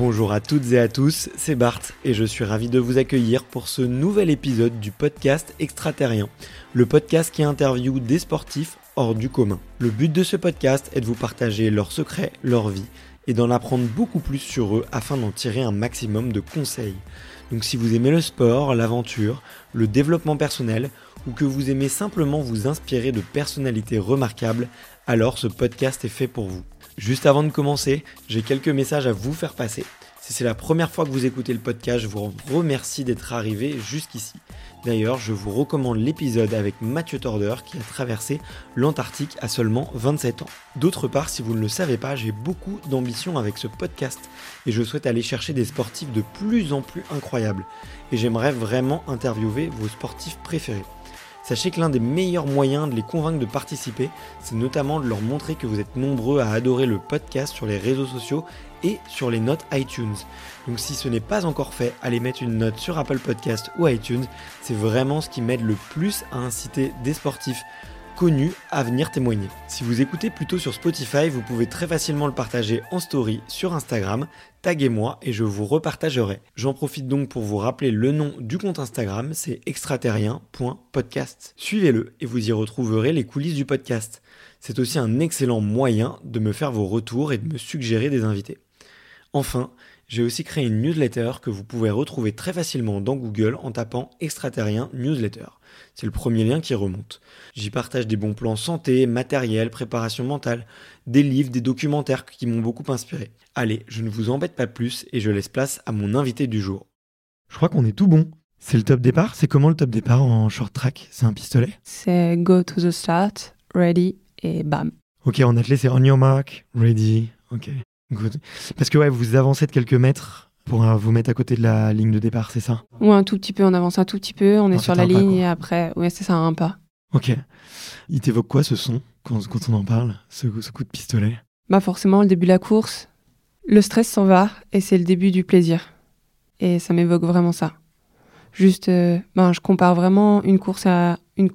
Bonjour à toutes et à tous, c'est Bart et je suis ravi de vous accueillir pour ce nouvel épisode du podcast Extraterrien, le podcast qui interviewe des sportifs hors du commun. Le but de ce podcast est de vous partager leurs secrets, leur vie et d'en apprendre beaucoup plus sur eux afin d'en tirer un maximum de conseils. Donc si vous aimez le sport, l'aventure, le développement personnel ou que vous aimez simplement vous inspirer de personnalités remarquables, alors ce podcast est fait pour vous. Juste avant de commencer, j'ai quelques messages à vous faire passer. Si c'est la première fois que vous écoutez le podcast, je vous remercie d'être arrivé jusqu'ici. D'ailleurs, je vous recommande l'épisode avec Mathieu Torder qui a traversé l'Antarctique à seulement 27 ans. D'autre part, si vous ne le savez pas, j'ai beaucoup d'ambition avec ce podcast et je souhaite aller chercher des sportifs de plus en plus incroyables. Et j'aimerais vraiment interviewer vos sportifs préférés. Sachez que l'un des meilleurs moyens de les convaincre de participer, c'est notamment de leur montrer que vous êtes nombreux à adorer le podcast sur les réseaux sociaux et sur les notes iTunes. Donc si ce n'est pas encore fait, allez mettre une note sur Apple Podcast ou iTunes, c'est vraiment ce qui m'aide le plus à inciter des sportifs connus à venir témoigner. Si vous écoutez plutôt sur Spotify, vous pouvez très facilement le partager en story sur Instagram, taguez-moi et je vous repartagerai. J'en profite donc pour vous rappeler le nom du compte Instagram, c'est extraterrien.podcast. Suivez-le et vous y retrouverez les coulisses du podcast. C'est aussi un excellent moyen de me faire vos retours et de me suggérer des invités. Enfin, j'ai aussi créé une newsletter que vous pouvez retrouver très facilement dans Google en tapant Extraterrien Newsletter. C'est le premier lien qui remonte. J'y partage des bons plans santé, matériel, préparation mentale, des livres, des documentaires qui m'ont beaucoup inspiré. Allez, je ne vous embête pas plus et je laisse place à mon invité du jour. Je crois qu'on est tout bon. C'est le top départ. C'est comment le top départ en short track ? C'est un pistolet ? C'est go to the start, ready et bam. Ok, en athlète c'est on your mark, ready, ok, good. Parce que ouais, vous avancez de quelques mètres pour vous mettre à côté de la ligne de départ, c'est ça ? Ou un tout petit peu, on avance un tout petit peu, on est sur la ligne et après, ouais, c'est ça, un pas. Ok. Il t'évoque quoi ce son quand on en parle, ce coup de pistolet ? Bah forcément, le début de la course, le stress s'en va et c'est le début du plaisir. Et ça m'évoque vraiment ça. Juste, je compare vraiment une course à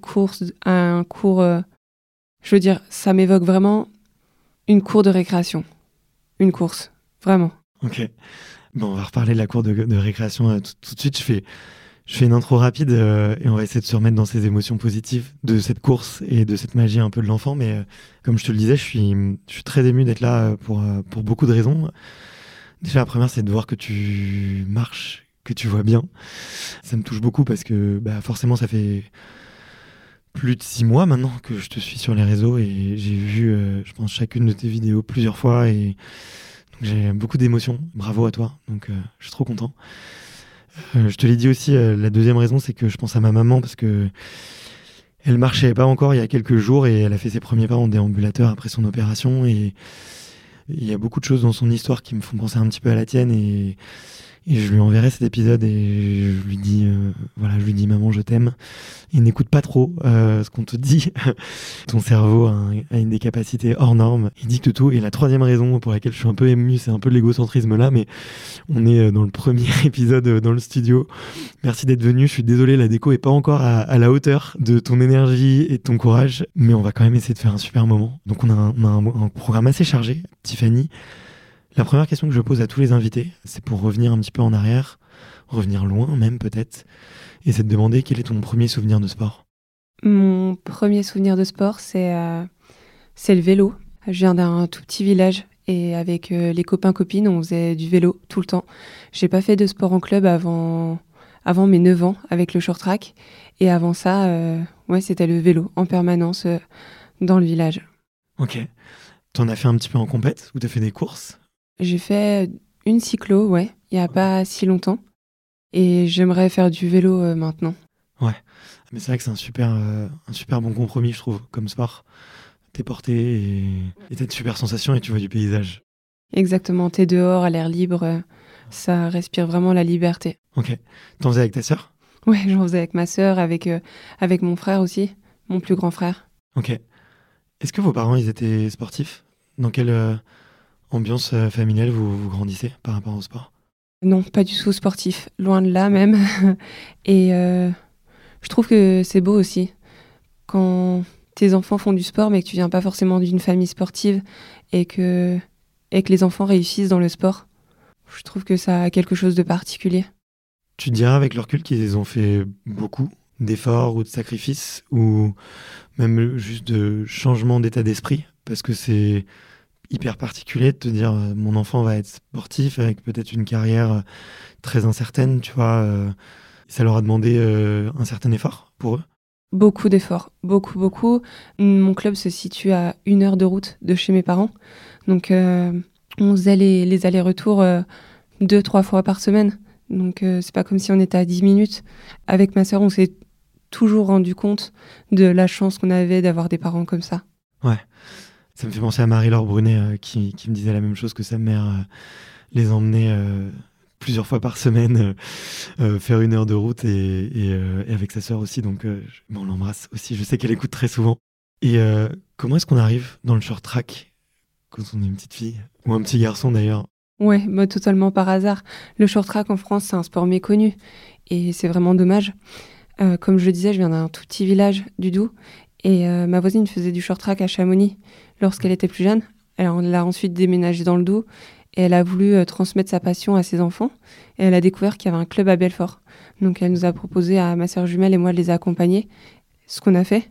un cours. Je veux dire, ça m'évoque vraiment une cour de récréation. Une course, vraiment. Ok. Bon, on va reparler de la cour de récréation tout de suite. Je fais une intro rapide et on va essayer de se remettre dans ces émotions positives de cette course et de cette magie un peu de l'enfant. Mais comme je te le disais, je suis très ému d'être là pour beaucoup de raisons. Déjà, la première, c'est de voir que tu marches, que tu vois bien. Ça me touche beaucoup parce que forcément, ça fait plus de 6 mois maintenant que je te suis sur les réseaux et j'ai vu, je pense, chacune de tes vidéos plusieurs fois et donc j'ai beaucoup d'émotions. Bravo à toi, donc je suis trop content. Je te l'ai dit aussi, la deuxième raison, c'est que je pense à ma maman parce que elle marchait pas encore il y a quelques jours et elle a fait ses premiers pas en déambulateur après son opération et il y a beaucoup de choses dans son histoire qui me font penser un petit peu à la tienne et je lui enverrai cet épisode et je lui dis maman je t'aime et n'écoute pas trop ce qu'on te dit. Ton cerveau a une des capacités hors normes, il dicte tout. Et la troisième raison pour laquelle je suis un peu ému, c'est un peu de l'égocentrisme là, mais on est dans le premier épisode dans le studio. Merci d'être venu, je suis désolé, la déco est pas encore à la hauteur de ton énergie et de ton courage, mais on va quand même essayer de faire un super moment. Donc on a un programme assez chargé, Tiffany. La première question que je pose à tous les invités, c'est pour revenir un petit peu en arrière, revenir loin même peut-être, et c'est de demander quel est ton premier souvenir de sport. Mon premier souvenir de sport, c'est le vélo. Je viens d'un tout petit village et avec les copains-copines, on faisait du vélo tout le temps. J'ai pas fait de sport en club avant mes 9 ans avec le short track. Et avant ça, c'était le vélo en permanence dans le village. Ok. T'en as fait un petit peu en compète ou t'as fait des courses ? J'ai fait une cyclo, il y a pas si longtemps. Et j'aimerais faire du vélo maintenant. Ouais, mais c'est vrai que c'est un super bon compromis, je trouve, comme sport. T'es porté et t'as de super sensations et tu vois du paysage. Exactement, t'es dehors, à l'air libre, ça respire vraiment la liberté. Ok. T'en faisais avec ta sœur ? Ouais, j'en faisais avec ma sœur, avec mon frère aussi, mon plus grand frère. Ok. Est-ce que vos parents, ils étaient sportifs ? Dans quelle ambiance familiale vous grandissez par rapport au sport ? Non, pas du tout sportif, loin de là même. Et je trouve que c'est beau aussi, quand tes enfants font du sport, mais que tu viens pas forcément d'une famille sportive, et que les enfants réussissent dans le sport. Je trouve que ça a quelque chose de particulier. Tu dirais avec le recul qu'ils ont fait beaucoup d'efforts ou de sacrifices ou même juste de changement d'état d'esprit, parce que c'est hyper particulier de te dire mon enfant va être sportif avec peut-être une carrière très incertaine, tu vois. Ça leur a demandé un certain effort pour eux. Beaucoup d'efforts, beaucoup, beaucoup. Mon club se situe à 1 heure de route de chez mes parents. Donc, on faisait les allers-retours 2-3 fois par semaine. Donc, c'est pas comme si on était à 10 minutes. Avec ma sœur, on s'est toujours rendu compte de la chance qu'on avait d'avoir des parents comme ça. Ouais, ça me fait penser à Marie-Laure Brunet qui me disait la même chose, que sa mère les emmenait plusieurs fois par semaine faire 1 heure de route et avec sa sœur aussi. Donc, on l'embrasse aussi. Je sais qu'elle écoute très souvent. Et comment est-ce qu'on arrive dans le short track quand on est une petite fille ou un petit garçon d'ailleurs? Ouais, totalement par hasard. Le short track en France, c'est un sport méconnu et c'est vraiment dommage. Comme je le disais, je viens d'un tout petit village du Doubs et ma voisine faisait du short track à Chamonix lorsqu'elle était plus jeune. Elle a ensuite déménagé dans le Doubs et elle a voulu transmettre sa passion à ses enfants et elle a découvert qu'il y avait un club à Belfort. Donc elle nous a proposé à ma sœur jumelle et moi de les accompagner, ce qu'on a fait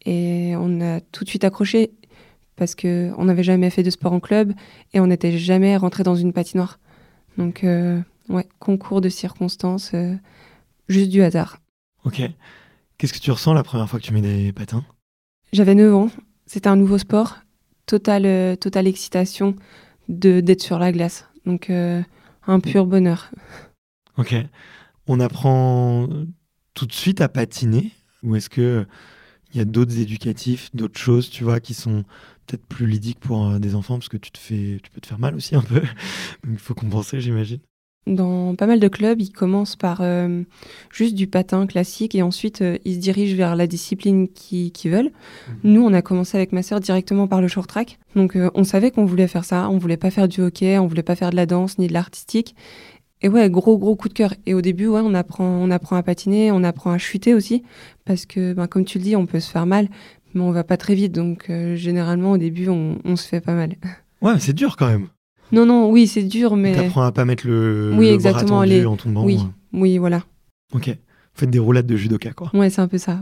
et on a tout de suite accroché parce qu'on n'avait jamais fait de sport en club et on n'était jamais rentré dans une patinoire. Donc concours de circonstances, juste du hasard. Ok. Qu'est-ce que tu ressens la première fois que tu mets des patins? J'avais 9 ans, c'était un nouveau sport, totale excitation d'être sur la glace. Donc un pur bonheur. Ok. On apprend tout de suite à patiner ou est-ce que il y a d'autres éducatifs, d'autres choses, tu vois, qui sont peut-être plus ludiques pour des enfants parce que tu peux te faire mal aussi un peu. Donc il faut compenser, j'imagine. Dans pas mal de clubs, ils commencent par juste du patin classique et ensuite ils se dirigent vers la discipline qu'ils veulent. Nous, on a commencé avec ma sœur directement par le short track. Donc on savait qu'on voulait faire ça. On voulait pas faire du hockey, on voulait pas faire de la danse ni de l'artistique. Et ouais, gros coup de cœur. Et au début, ouais, on apprend à patiner, on apprend à chuter aussi. Parce que, comme tu le dis, on peut se faire mal, mais on va pas très vite. Donc généralement, au début, on se fait pas mal. Ouais, mais c'est dur quand même. Non, oui, c'est dur, mais... T'apprends à pas mettre le bras exactement, tendu en tombant. Oui, voilà. Ok. Vous faites des roulades de judoka, quoi. Ouais, c'est un peu ça.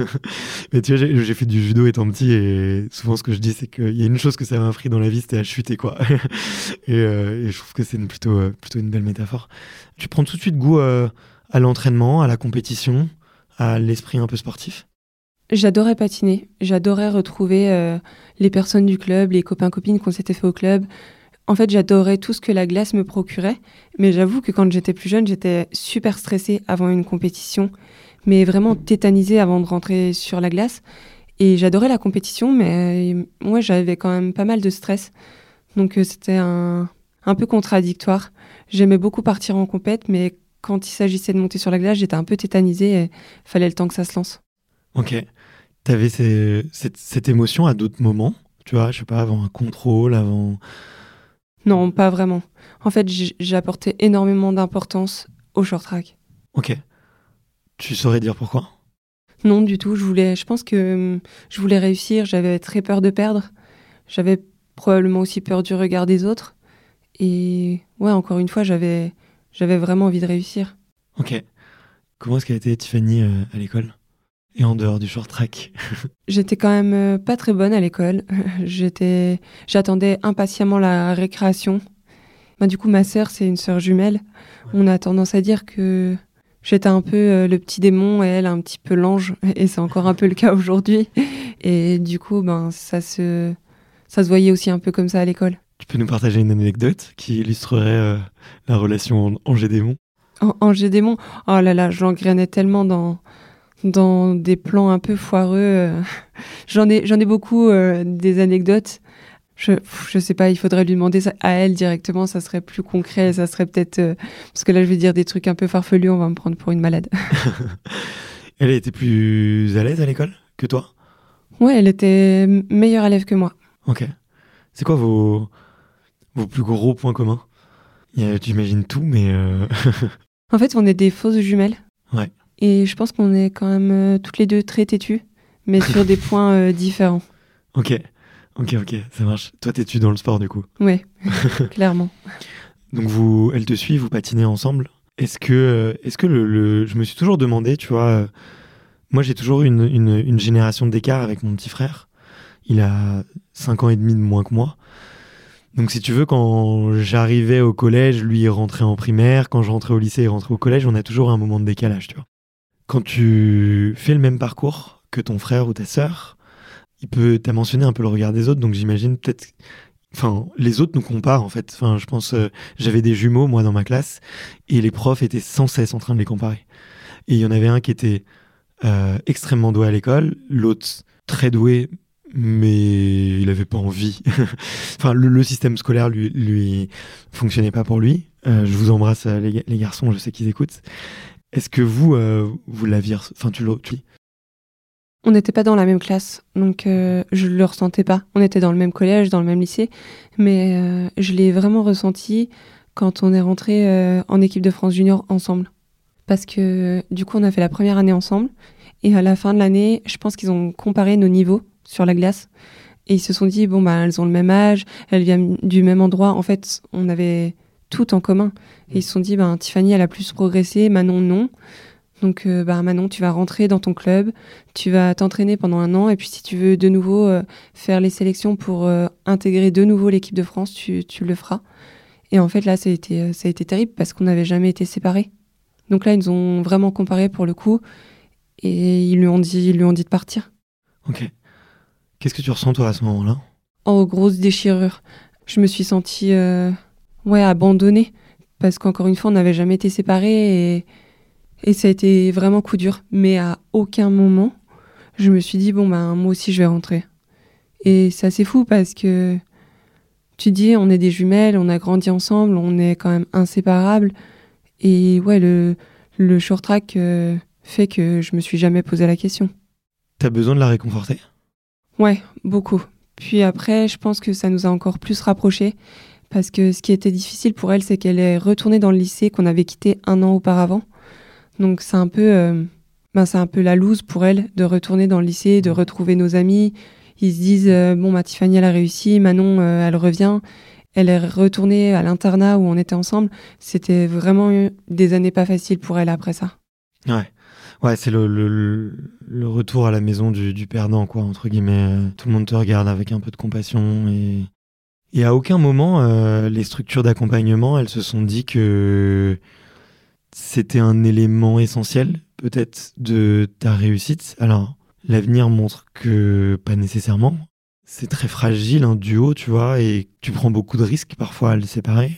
Mais tu vois, j'ai fait du judo étant petit et souvent ce que je dis, c'est qu'il y a une chose que ça m'a appris dans la vie, c'était à chuter, quoi. et je trouve que c'est plutôt une belle métaphore. Tu prends tout de suite goût à l'entraînement, à la compétition, à l'esprit un peu sportif? J'adorais patiner. J'adorais retrouver les personnes du club, les copains-copines qu'on s'était fait au club. En fait, j'adorais tout ce que la glace me procurait, mais j'avoue que quand j'étais plus jeune, j'étais super stressée avant une compétition, mais vraiment tétanisée avant de rentrer sur la glace. Et j'adorais la compétition, mais moi, j'avais quand même pas mal de stress. Donc c'était un peu contradictoire. J'aimais beaucoup partir en compète, mais quand il s'agissait de monter sur la glace, j'étais un peu tétanisée et fallait le temps que ça se lance. Ok. T'avais cette émotion à d'autres moments? Tu vois, je sais pas, avant un contrôle, avant... Non, pas vraiment. En fait, j'ai apporté énormément d'importance au short track. Ok. Tu saurais dire pourquoi? Non, du tout. Je pense que je voulais réussir. J'avais très peur de perdre. J'avais probablement aussi peur du regard des autres. Et ouais, encore une fois, j'avais vraiment envie de réussir. Ok. Comment est-ce qu'a été Tiffany à l'école? Et en dehors du short track? J'étais quand même pas très bonne à l'école. J'attendais impatiemment la récréation. Du coup, ma sœur, c'est une sœur jumelle. On a tendance à dire que j'étais un peu le petit démon et elle un petit peu l'ange. Et c'est encore un peu le cas aujourd'hui. Et du coup, ça se voyait aussi un peu comme ça à l'école. Tu peux nous partager une anecdote qui illustrerait la relation Angers-Démon? Angers-Démon, oh là là, je l'engrenais tellement dans des plans un peu foireux. J'en ai beaucoup des anecdotes. Je sais pas, il faudrait lui demander ça à elle directement, ça serait plus concret, ça serait peut-être... parce que là, je vais dire des trucs un peu farfelus, on va me prendre pour une malade. Elle était plus à l'aise à l'école que toi? Ouais, elle était meilleure élève que moi. Ok. C'est quoi vos plus gros points communs? J'imagine tout, mais... En fait, on est des fausses jumelles. Ouais. Et je pense qu'on est quand même toutes les deux très têtues, mais sur des points différents. Ok, ça marche. Toi, t'es-tu dans le sport, du coup? Ouais, clairement. Donc elle te suit, vous patinez ensemble. Est-ce que je me suis toujours demandé, tu vois, moi j'ai toujours eu une génération d'écart avec mon petit frère. Il a 5 ans et demi de moins que moi. Donc si tu veux, quand j'arrivais au collège, lui il rentrait en primaire. Quand je rentrais au lycée, il rentrait au collège. On a toujours un moment de décalage, tu vois. Quand tu fais le même parcours que ton frère ou ta sœur, t'as mentionné un peu le regard des autres, donc j'imagine peut-être... Enfin, les autres nous comparent en fait. Enfin, je pense, j'avais des jumeaux moi dans ma classe et les profs étaient sans cesse en train de les comparer. Et il y en avait un qui était extrêmement doué à l'école, l'autre très doué, mais il avait pas envie. Enfin, le système scolaire lui fonctionnait pas pour lui. Je vous embrasse les garçons, je sais qu'ils écoutent. Est-ce que vous l'aviez, enfin tu l'as... On n'était pas dans la même classe, donc je le ressentais pas. On était dans le même collège, dans le même lycée, mais je l'ai vraiment ressenti quand on est rentré en équipe de France Junior ensemble. Parce que du coup, on a fait la première année ensemble, et à la fin de l'année, je pense qu'ils ont comparé nos niveaux sur la glace, et ils se sont dit, bon, bah, elles ont le même âge, elles viennent du même endroit. En fait, on avait tout en commun. Et ils se sont dit, ben, Tiffany, elle a plus progressé, Manon, non. Donc Manon, tu vas rentrer dans ton club, tu vas t'entraîner pendant 1 an, et puis si tu veux de nouveau faire les sélections pour intégrer de nouveau l'équipe de France, tu le feras. Et en fait là, ça a été terrible parce qu'on n'avait jamais été séparés. Donc là, ils nous ont vraiment comparé pour le coup, et ils lui ont dit de partir. Ok. Qu'est-ce que tu ressens toi à ce moment-là ? En grosse déchirure. Je me suis sentie abandonnée, parce qu'encore une fois, on n'avait jamais été séparés, et ça a été vraiment coup dur. Mais à aucun moment, je me suis dit, moi aussi, je vais rentrer. Et c'est assez fou parce que tu dis, on est des jumelles, on a grandi ensemble, on est quand même inséparables. Et ouais, le short track fait que je me suis jamais posé la question. T'as besoin de la réconforter ? Ouais, beaucoup. Puis après, je pense que ça nous a encore plus rapprochés. Parce que ce qui était difficile pour elle, c'est qu'elle est retournée dans le lycée qu'on avait quitté 1 an auparavant. Donc c'est un peu la loose pour elle de retourner dans le lycée, de retrouver nos amis. Ils se disent Tiffany elle a réussi, Manon elle revient, elle est retournée à l'internat où on était ensemble. C'était vraiment des années pas faciles pour elle après ça. Ouais, c'est le retour à la maison du perdant, quoi, entre guillemets. Tout le monde te regarde avec un peu de compassion et à aucun moment les structures d'accompagnement elles se sont dit que c'était un élément essentiel, peut-être, de ta réussite. Alors, l'avenir montre que pas nécessairement. C'est très fragile, un duo, tu vois, et tu prends beaucoup de risques parfois à le séparer.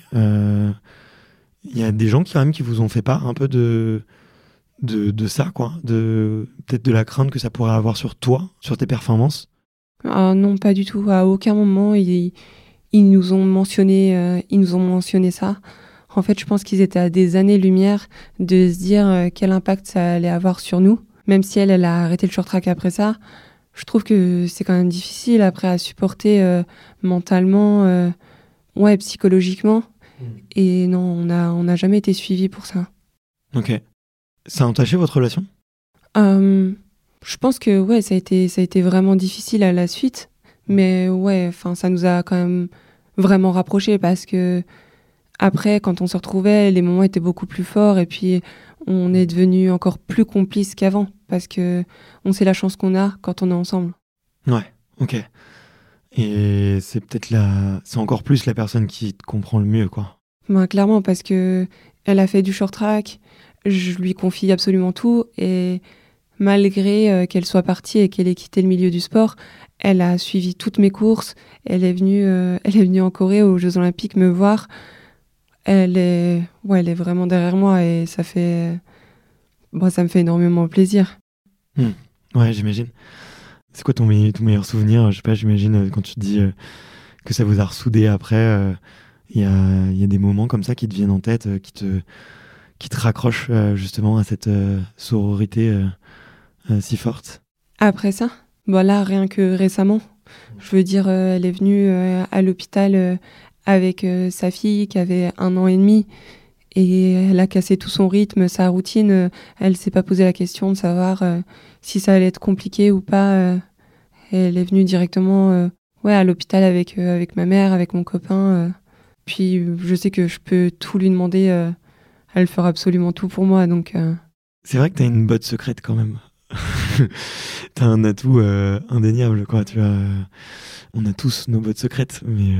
Il y a des gens qui vous ont fait part un peu de ça, quoi. Peut-être de la crainte que ça pourrait avoir sur toi, sur tes performances. Ah non, pas du tout. À aucun moment, ils nous ont mentionné ça. En fait, je pense qu'ils étaient à des années-lumière de se dire quel impact ça allait avoir sur nous. Même si elle a arrêté le short track après ça, je trouve que c'est quand même difficile après à supporter mentalement, psychologiquement. Et non, on n'a jamais été suivis pour ça. Ok. Ça a entaché votre relation ? Je pense que ça a été vraiment difficile à la suite. Mais ça nous a quand même vraiment rapprochés parce que après, quand on se retrouvait, les moments étaient beaucoup plus forts et puis on est devenus encore plus complices qu'avant parce que on sait la chance qu'on a quand on est ensemble. Ouais, ok. Et c'est c'est encore plus la personne qui te comprend le mieux, quoi. Clairement, parce que elle a fait du short track, je lui confie absolument tout et malgré qu'elle soit partie et qu'elle ait quitté le milieu du sport, elle a suivi toutes mes courses. Elle est venue en Corée aux Jeux Olympiques me voir. Elle est vraiment derrière moi et ça me fait énormément plaisir. Ouais, j'imagine. C'est quoi ton meilleur souvenir ? Je sais pas, j'imagine quand tu te dis que ça vous a ressoudé après, il y a des moments comme ça qui te viennent en tête, qui te raccrochent justement à cette sororité si forte. Après ça ? Là, rien que récemment. Je veux dire, elle est venue à l'hôpital avec sa fille qui avait 1 an et demi et elle a cassé tout son rythme, sa routine. Elle s'est pas posé la question de savoir si ça allait être compliqué ou pas. Elle est venue directement à l'hôpital avec ma mère, avec mon copain. Puis je sais que je peux tout lui demander, elle fera absolument tout pour moi. Donc, C'est vrai que t'as une botte secrète quand même. T'as un atout indéniable, quoi. On a tous nos bottes secrètes, mais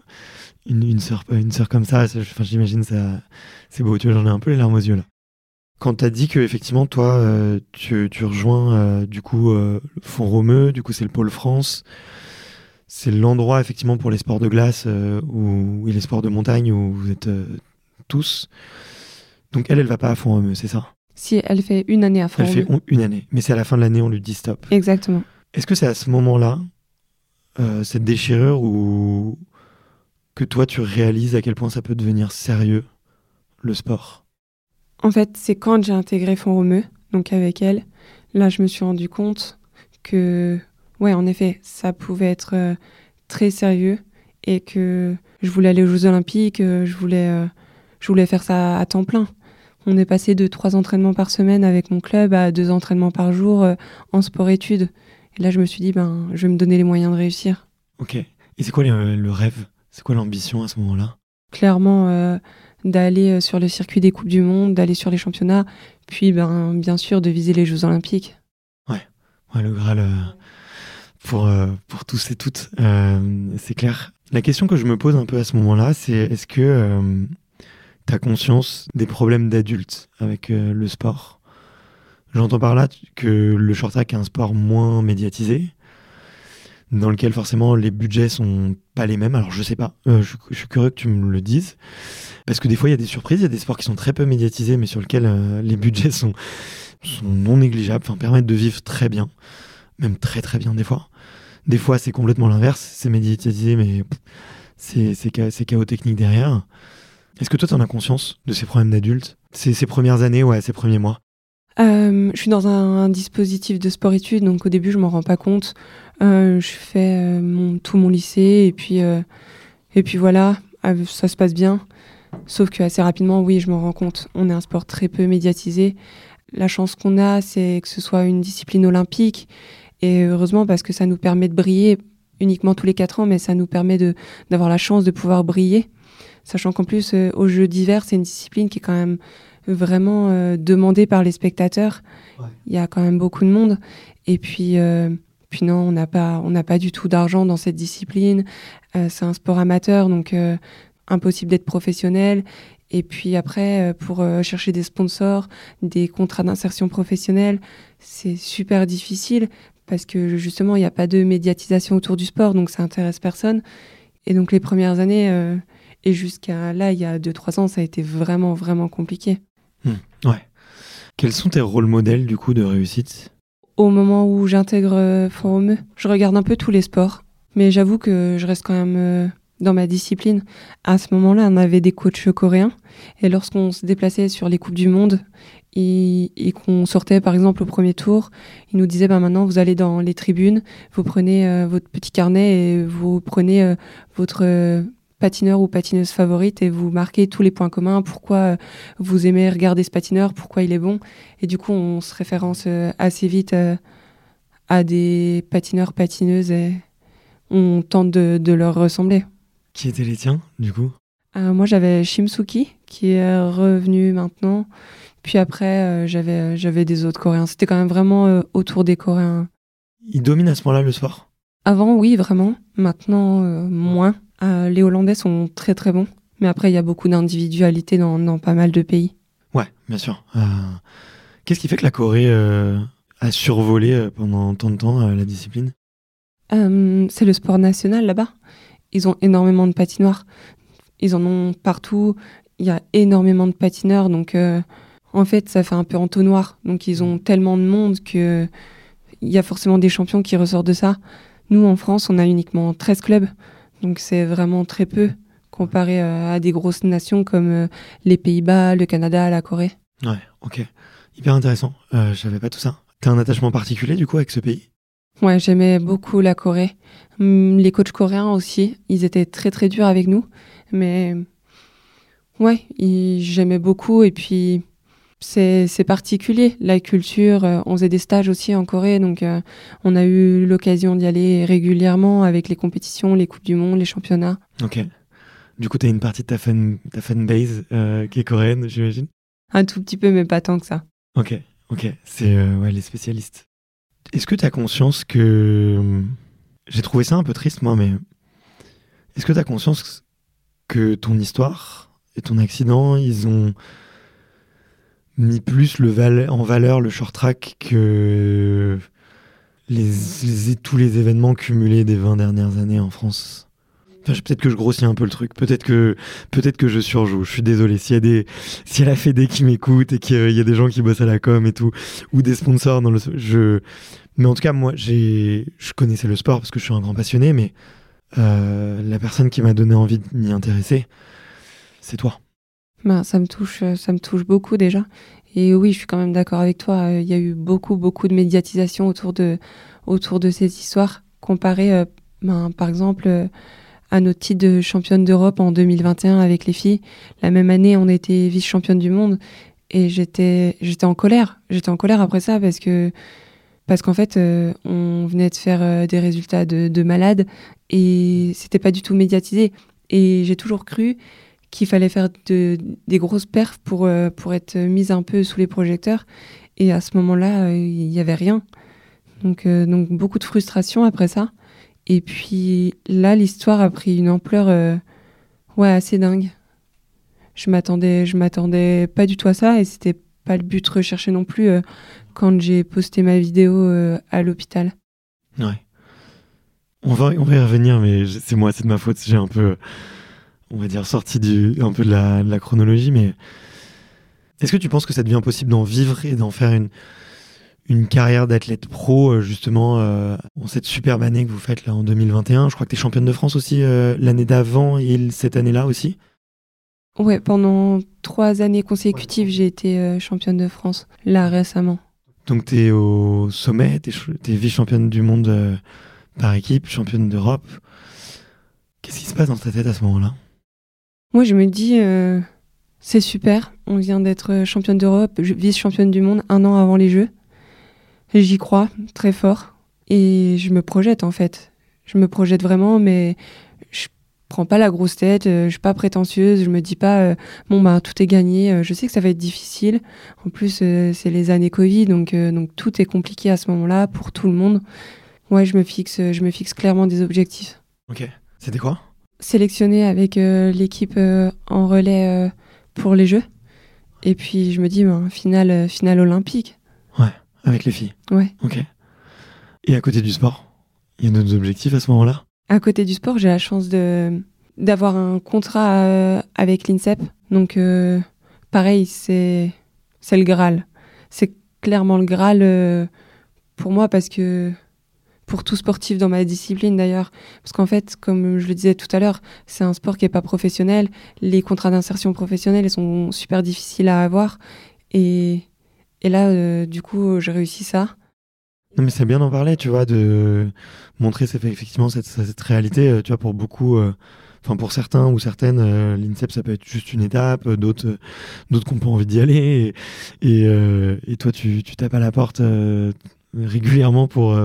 une sœur comme ça, j'imagine ça, c'est beau. Tu vois, j'en ai un peu les larmes aux yeux là. Quand t'as dit que effectivement toi, tu rejoins du coup le Fonds Romeu, du coup c'est le pôle France, c'est l'endroit effectivement pour les sports de glace et les sports de montagne où vous êtes tous. Donc elle va pas à Fonds Romeu, c'est ça? si elle fait une année à Fonds Romeu. Elle fait une année, mais c'est à la fin de l'année on lui dit stop. Exactement. Est-ce que c'est à ce moment-là, cette déchirure, ou que toi tu réalises à quel point ça peut devenir sérieux le sport? En fait, c'est quand j'ai intégré Fonds Romeu, donc avec elle, là je me suis rendu compte que, ouais, en effet, ça pouvait être très sérieux et que je voulais aller aux Jeux Olympiques, je voulais faire ça à temps plein. On est passé de 3 entraînements par semaine avec mon club à 2 entraînements par jour en sport-études. Et là, je me suis dit, je vais me donner les moyens de réussir. Ok. Et c'est quoi le rêve? C'est quoi l'ambition à ce moment-là? Clairement, d'aller sur le circuit des Coupes du Monde, d'aller sur les championnats, puis bien sûr de viser les Jeux Olympiques. Ouais, le Graal pour tous et toutes, c'est clair. La question que je me pose un peu à ce moment-là, c'est est-ce que tu as conscience des problèmes d'adultes avec le sport? J'entends par là que le short track est un sport moins médiatisé, dans lequel forcément les budgets sont pas les mêmes. Alors je sais pas, je suis curieux que tu me le dises, parce que des fois il y a des surprises, il y a des sports qui sont très peu médiatisés, mais sur lesquels les budgets sont non négligeables, permettent de vivre très bien, même très très bien des fois. Des fois c'est complètement l'inverse, c'est médiatisé, mais c'est chaos technique derrière. Est-ce que toi t'en as conscience de ces problèmes d'adultes, ces premières années, ces premiers mois? Je suis dans un dispositif de sport-études, donc au début je m'en rends pas compte. Je fais tout mon lycée et puis voilà, ça se passe bien. Sauf que assez rapidement, oui, je m'en rends compte. On est un sport très peu médiatisé. La chance qu'on a, c'est que ce soit une discipline olympique. Et heureusement, parce que ça nous permet de briller uniquement tous les 4 ans, mais ça nous permet d'avoir la chance de pouvoir briller. Sachant qu'en plus, aux Jeux d'hiver, c'est une discipline qui est quand même vraiment demandée par les spectateurs. Ouais. Il y a quand même beaucoup de monde. Et puis non, on n'a pas du tout d'argent dans cette discipline. C'est un sport amateur, donc impossible d'être professionnel. Et puis après, pour chercher des sponsors, des contrats d'insertion professionnelle, c'est super difficile parce que justement, il n'y a pas de médiatisation autour du sport, donc ça intéresse personne. Et donc les premières années, et jusqu'à là, il y a 2-3 ans, ça a été vraiment, vraiment compliqué. Ouais. Quels sont tes rôles modèles du coup de réussite? Au moment où j'intègre Fonds Romeu, je regarde un peu tous les sports, mais j'avoue que je reste quand même dans ma discipline. À ce moment-là, on avait des coachs coréens, et lorsqu'on se déplaçait sur les Coupes du Monde et qu'on sortait par exemple au premier tour, ils nous disaient maintenant vous allez dans les tribunes, vous prenez votre petit carnet et vous prenez votre patineur ou patineuse favorite et vous marquez tous les points communs, pourquoi vous aimez regarder ce patineur, pourquoi il est bon. Et du coup, on se référence assez vite à des patineurs, patineuses et on tente de leur ressembler. Qui étaient les tiens, du coup? Moi, j'avais Shimsuki, qui est revenu maintenant. Puis après, j'avais des autres Coréens. C'était quand même vraiment autour des Coréens. Ils dominent à ce moment-là le sport? Avant, oui, vraiment. Maintenant, moins. Les Hollandais sont très très bons, mais après il y a beaucoup d'individualité dans pas mal de pays. Ouais, bien sûr. Qu'est-ce qui fait que la Corée a survolé pendant tant de temps la discipline? C'est le sport national là-bas. Ils ont énormément de patinoires. Ils en ont partout. Il y a énormément de patineurs, donc en fait ça fait un peu entonnoir. Donc ils ont tellement de monde que il y a forcément des champions qui ressortent de ça. Nous en France, on a uniquement 13 clubs. Donc c'est vraiment très peu comparé à des grosses nations comme les Pays-Bas, le Canada, la Corée. Ouais, ok. Hyper intéressant. Je savais pas tout ça. T'as un attachement particulier du coup avec ce pays? Ouais, j'aimais beaucoup la Corée. Les coachs coréens aussi, ils étaient très très durs avec nous. Mais ouais, j'aimais beaucoup et puis c'est particulier, la culture. On faisait des stages aussi en Corée, donc on a eu l'occasion d'y aller régulièrement avec les compétitions, les Coupes du Monde, les championnats. Ok. Du coup, t'as une partie de ta fanbase qui est coréenne, j'imagine? Un tout petit peu, mais pas tant que ça. Ok. C'est les spécialistes. Est-ce que t'as conscience que... J'ai trouvé ça un peu triste, moi, mais... Est-ce que t'as conscience que ton histoire et ton accident, ils ont mis plus en valeur le short track que tous les événements cumulés des 20 dernières années en France? Enfin, peut-être que je grossis un peu le truc, peut-être que je surjoue, je suis désolé. S'il y a la Fédé qui m'écoute et qu'il y a des gens qui bossent à la com et tout, ou des sponsors mais en tout cas, moi, je connaissais le sport parce que je suis un grand passionné, mais la personne qui m'a donné envie de m'y intéresser, c'est toi. Ça me touche beaucoup déjà. Et oui, je suis quand même d'accord avec toi. Il y a eu beaucoup de médiatisation autour de ces histoires, comparé, par exemple, à notre titre de championne d'Europe en 2021 avec les filles. La même année, on était vice-championne du monde et j'étais en colère. J'étais en colère après ça parce qu'en fait, on venait de faire des résultats de malade et c'était pas du tout médiatisé. Et j'ai toujours cru qu'il fallait faire des grosses perfs pour être mise un peu sous les projecteurs. Et à ce moment-là, il n'y avait rien. Donc beaucoup de frustration après ça. Et puis là, l'histoire a pris une ampleur assez dingue. Je m'attendais pas du tout à ça et c'était pas le but recherché non plus quand j'ai posté ma vidéo à l'hôpital. Ouais. On va y revenir, mais c'est de ma faute. J'ai un peu, on va dire, sorti un peu de la chronologie, mais est-ce que tu penses que ça devient possible d'en vivre et d'en faire une carrière d'athlète pro, justement, en cette superbe année que vous faites là en 2021? Je crois que tu es championne de France aussi l'année d'avant et cette année-là aussi. Ouais, pendant 3 années consécutives, j'ai été championne de France, là récemment. Donc tu es au sommet, tu es vice-championne du monde par équipe, championne d'Europe. Qu'est-ce qui se passe dans ta tête à ce moment-là? Moi, je me dis, c'est super, on vient d'être championne d'Europe, vice-championne du monde 1 an avant les Jeux. J'y crois très fort et je me projette en fait. Je me projette vraiment, mais je prends pas la grosse tête, je suis pas prétentieuse, je me dis pas tout est gagné. Je sais que ça va être difficile. En plus, c'est les années Covid, donc tout est compliqué à ce moment-là pour tout le monde. Ouais, je me fixe clairement des objectifs. Ok. C'était quoi? Sélectionner avec l'équipe en relais pour les Jeux. Et puis je me dis finale olympique. Ouais. Avec les filles? Ouais. Ok. Et à côté du sport, il y a d'autres objectifs à ce moment-là? À côté du sport, j'ai la chance d'avoir un contrat avec l'INSEP. Donc, pareil, c'est le Graal. C'est clairement le Graal pour moi parce que pour tout sportif dans ma discipline d'ailleurs. Parce qu'en fait, comme je le disais tout à l'heure, c'est un sport qui n'est pas professionnel. Les contrats d'insertion professionnelle, ils sont super difficiles à avoir. Et là, du coup, j'ai réussi ça. Non, mais c'est bien d'en parler, tu vois, de montrer effectivement cette réalité, tu vois, pour beaucoup, pour certains ou certaines, l'INSEP, ça peut être juste une étape, d'autres qui n'ont pas envie d'y aller, et toi, tu tapes à la porte régulièrement pour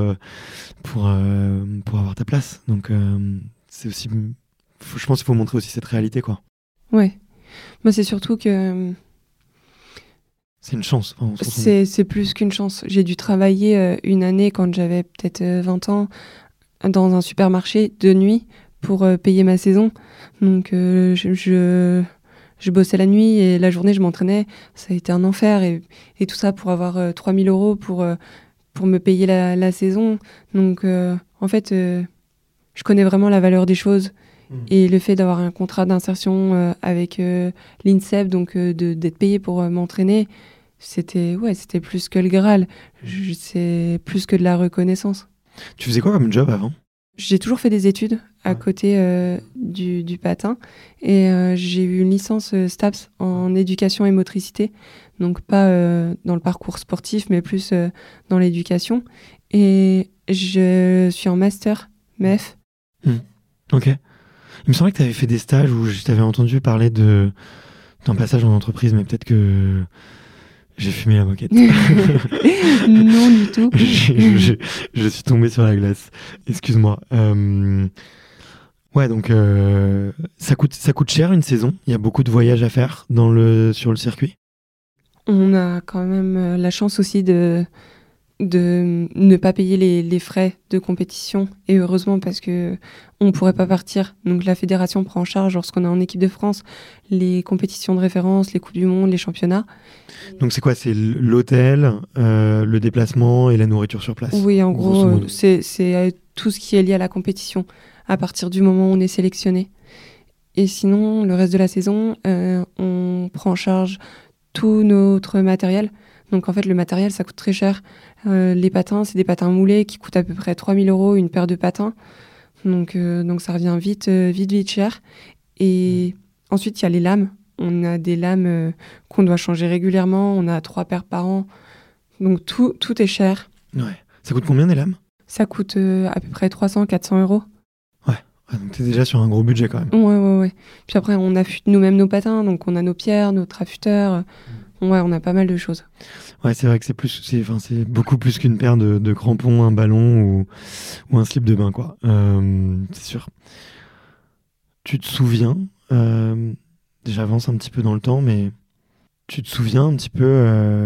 avoir ta place. Donc, c'est aussi, je pense qu'il faut montrer aussi cette réalité, quoi. Ouais. Moi, c'est surtout que... C'est une chance. C'est plus qu'une chance. J'ai dû travailler une année quand j'avais peut-être 20 ans dans un supermarché de nuit pour payer ma saison. Donc je bossais la nuit et la journée je m'entraînais. Ça a été un enfer et tout ça pour avoir 3 000 € pour me payer la saison. Donc en fait, je connais vraiment la valeur des choses. Et le fait d'avoir un contrat d'insertion avec l'INSEP, donc d'être payé pour m'entraîner, c'était plus que le Graal. C'est plus que de la reconnaissance. Tu faisais quoi comme job avant? J'ai toujours fait des études à côté du patin. Et j'ai eu une licence STAPS en éducation et motricité. Donc pas dans le parcours sportif, mais plus dans l'éducation. Et je suis en master MEF. Ok. Il me semblait que tu avais fait des stages où je t'avais entendu parler d'un passage en entreprise, mais peut-être que j'ai fumé la moquette. Non, du tout. Je suis tombé sur la glace. Excuse-moi. Ouais, donc ça coûte cher une saison. Il y a beaucoup de voyages à faire sur le circuit. On a quand même la chance aussi de ne pas payer les frais de compétition, et heureusement, parce que on pourrait pas partir. Donc la fédération prend en charge, lorsqu'on est en équipe de France, les compétitions de référence, les Coupes du Monde, les championnats. Donc c'est quoi? C'est l'hôtel, le déplacement et la nourriture sur place? Oui, en grosso gros, modo. c'est tout ce qui est lié à la compétition, à partir du moment où on est sélectionné. Et sinon, le reste de la saison, on prend en charge tout notre matériel. Donc en fait, le matériel, ça coûte très cher. Les patins, c'est des patins moulés qui coûtent à peu près 3 000 € une paire de patins. Donc ça revient vite cher. Et ensuite, il y a les lames. On a des lames qu'on doit changer régulièrement. On a 3 paires par an. Donc tout est cher. Ouais. Ça coûte combien des lames? Ça coûte à peu près 300-400 €. Ouais, donc t'es déjà sur un gros budget quand même. Ouais. Puis après, on affûte nous-mêmes nos patins. Donc on a nos pierres, notre affûteur. Ouais, on a pas mal de choses. Ouais, c'est vrai que c'est beaucoup plus qu'une paire de crampons, un ballon ou un slip de bain, quoi. C'est sûr. Tu te souviens, j'avance un petit peu dans le temps, mais tu te souviens un petit peu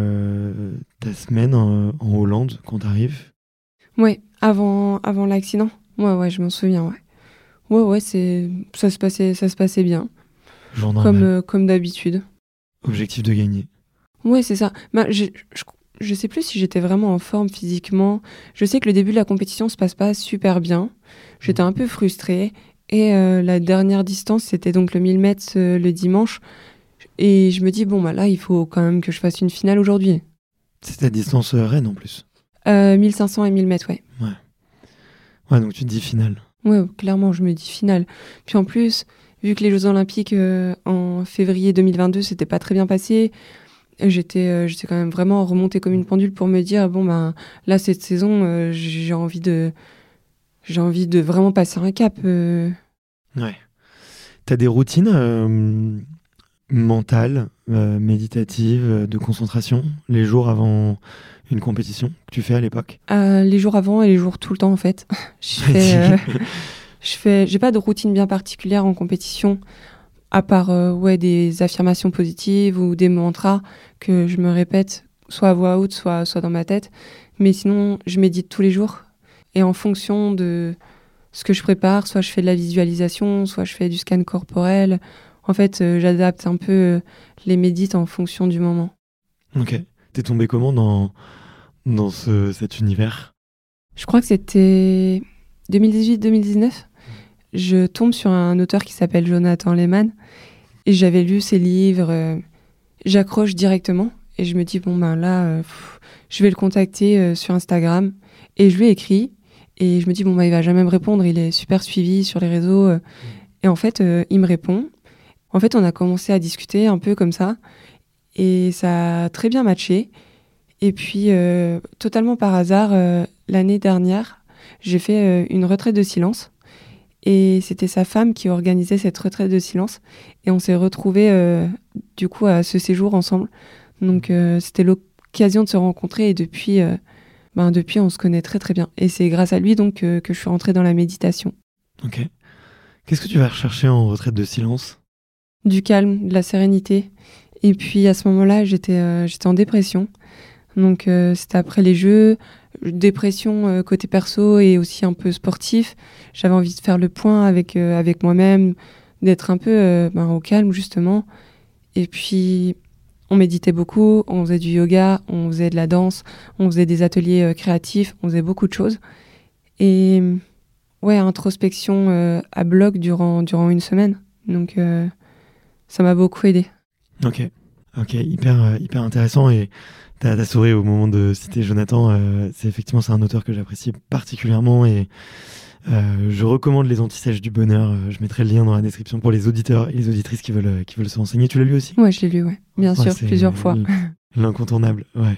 ta semaine en Hollande quand t'arrives? Ouais, avant l'accident. Ouais, je m'en souviens, ouais. Ouais, ça se passait bien. Jour normal. Comme d'habitude. Objectif de gagner. Ouais, c'est ça. Bah, je sais plus si j'étais vraiment en forme physiquement. Je sais que le début de la compétition se passe pas super bien. J'étais un peu frustrée. Et la dernière distance, c'était donc le 1000 mètres le dimanche. Et je me dis, bon, bah là, il faut quand même que je fasse une finale aujourd'hui. C'est ta distance reine en plus. 1500 et 1000 mètres, ouais. Ouais, donc tu te dis finale. Ouais, clairement, je me dis finale. Puis en plus, vu que les Jeux Olympiques en février 2022, c'était pas très bien passé, j'étais quand même vraiment remontée comme une pendule pour me dire, bon, ben là, cette saison, j'ai envie de vraiment passer un cap. Ouais. T'as des routines mentales, méditatives, de concentration, les jours avant une compétition que tu fais à l'époque? Les jours avant et les jours tout le temps, en fait. J'ai pas de routine bien particulière en compétition, à part des affirmations positives ou des mantras que je me répète, soit à voix haute, soit dans ma tête. Mais sinon, je médite tous les jours. Et en fonction de ce que je prépare, soit je fais de la visualisation, soit je fais du scan corporel. En fait, j'adapte un peu les médites en fonction du moment. Ok. T'es tombé comment dans cet univers? Je crois que c'était 2018-2019. Je tombe sur un auteur qui s'appelle Jonathan Lehman et j'avais lu ses livres. J'accroche directement et je me dis, bon ben là, je vais le contacter sur Instagram. Et je lui ai écrit et je me dis, bon ben il va jamais me répondre, il est super suivi sur les réseaux. Et en fait, il me répond. En fait, on a commencé à discuter un peu comme ça et ça a très bien matché. Et puis, totalement par hasard, l'année dernière, j'ai fait une retraite de silence. Et c'était sa femme qui organisait cette retraite de silence. Et on s'est retrouvés, du coup, à ce séjour ensemble. Donc, c'était l'occasion de se rencontrer. Et depuis, on se connaît très, très bien. Et c'est grâce à lui, donc, que je suis rentrée dans la méditation. Ok. Qu'est-ce que tu vas rechercher en retraite de silence? Du calme, de la sérénité. Et puis, à ce moment-là, j'étais en dépression. Donc, c'était après les Jeux. Dépression côté perso et aussi un peu sportif. J'avais envie de faire le point avec moi-même, d'être un peu au calme justement. Et puis on méditait beaucoup, on faisait du yoga, on faisait de la danse, on faisait des ateliers créatifs, on faisait beaucoup de choses. Et introspection à bloc durant une semaine. Donc ça m'a beaucoup aidé. Ok, hyper intéressant. Et t'as souri au moment de citer Jonathan. C'est un auteur que j'apprécie particulièrement et je recommande Les Antisèches du Bonheur. Je mettrai le lien dans la description pour les auditeurs et les auditrices qui veulent se renseigner. Tu l'as lu aussi? Ouais, je l'ai lu, ouais. Bien sûr, plusieurs fois. L'incontournable, ouais.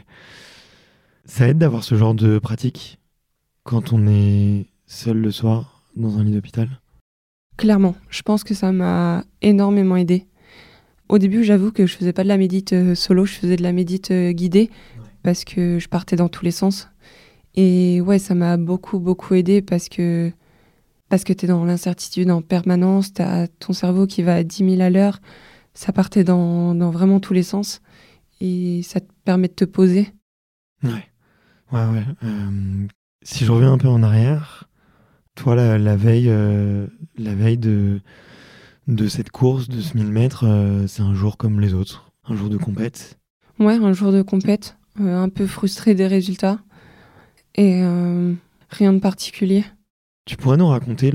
Ça aide d'avoir ce genre de pratique quand on est seul le soir dans un lit d'hôpital? Clairement, je pense que ça m'a énormément aidé. Au début, j'avoue que je faisais pas de la médite solo, je faisais de la médite guidée parce que je partais dans tous les sens. Et ouais, ça m'a beaucoup aidé parce que parce que tu es dans l'incertitude en permanence, tu as ton cerveau qui va à 10 000 à l'heure, ça partait dans vraiment tous les sens et ça te permet de te poser. Ouais. Si je reviens un peu en arrière, toi, la veille de cette course de ce 1000 mètres, c'est un jour comme les autres, un jour de compète. Ouais, un jour de compète, un peu frustré des résultats et rien de particulier. Tu pourrais nous raconter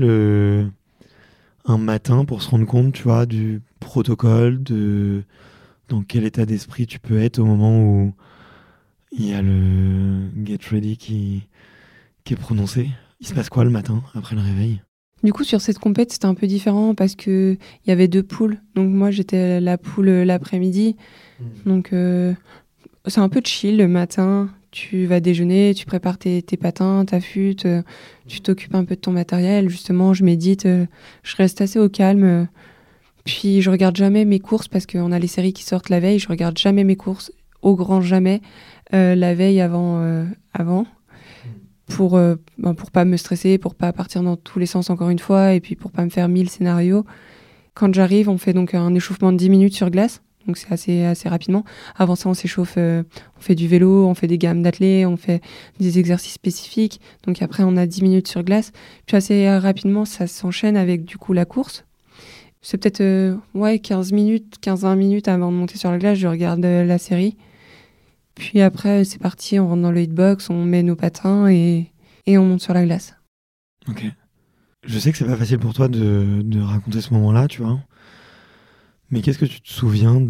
un matin pour se rendre compte, tu vois, du protocole, dans quel état d'esprit tu peux être au moment où il y a le Get Ready qui est prononcé. Il se passe quoi le matin après le réveil? Du coup, sur cette compète, c'était un peu différent parce que il y avait 2 poules. Donc moi, j'étais la poule l'après-midi. Donc c'est un peu chill le matin. Tu vas déjeuner, tu prépares tes patins, ta flûte, tu t'occupes un peu de ton matériel. Justement, je médite, je reste assez au calme. Puis je regarde jamais mes courses parce qu'on a les séries qui sortent la veille. Je regarde jamais mes courses, au grand jamais, la veille avant. Pour pas me stresser, pour pas partir dans tous les sens encore une fois, et puis pour pas me faire 1000 scénarios. Quand j'arrive, on fait donc un échauffement de 10 minutes sur glace, donc c'est assez rapidement. Avant ça, on s'échauffe, on fait du vélo, on fait des gammes d'athlée, on fait des exercices spécifiques, donc après on a 10 minutes sur glace. Puis assez rapidement, ça s'enchaîne avec du coup la course. C'est peut-être 15-20 minutes avant de monter sur la glace, je regarde la série. Puis après, c'est parti, on rentre dans le hitbox, on met nos patins et on monte sur la glace. Ok. Je sais que c'est pas facile pour toi de raconter ce moment-là, tu vois. Mais qu'est-ce que tu te souviens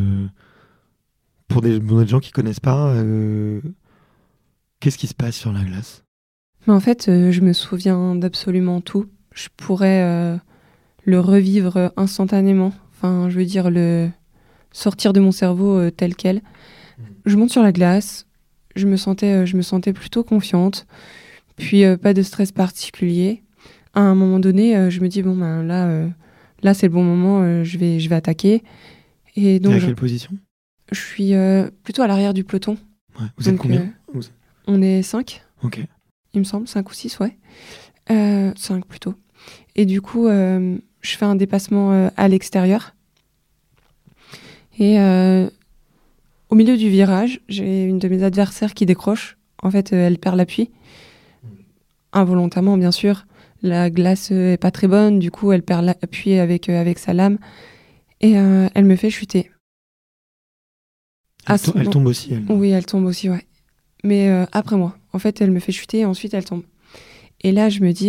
pour des gens qui connaissent pas, qu'est-ce qui se passe sur la glace? Mais en fait, je me souviens d'absolument tout. Je pourrais le revivre instantanément. Enfin, je veux dire, le sortir de mon cerveau tel quel. Je monte sur la glace, je me sentais plutôt confiante, puis pas de stress particulier. À un moment donné, je me dis bon ben là c'est le bon moment, je vais attaquer. Et donc à quelle position? Je suis plutôt à l'arrière du peloton. Ouais. Vous êtes combien? On est 5. Ok. Il me semble 5 ou 6, ouais. 5 plutôt. Et du coup, je fais un dépassement à l'extérieur. Et au milieu du virage, j'ai une de mes adversaires qui décroche. En fait, elle perd l'appui. Involontairement, bien sûr. La glace est pas très bonne, du coup, elle perd l'appui avec sa lame. Et elle me fait chuter. Elle tombe aussi, elle. Oui, elle tombe aussi, ouais. Mais après moi. En fait, elle me fait chuter et ensuite, elle tombe. Et là, je me dis,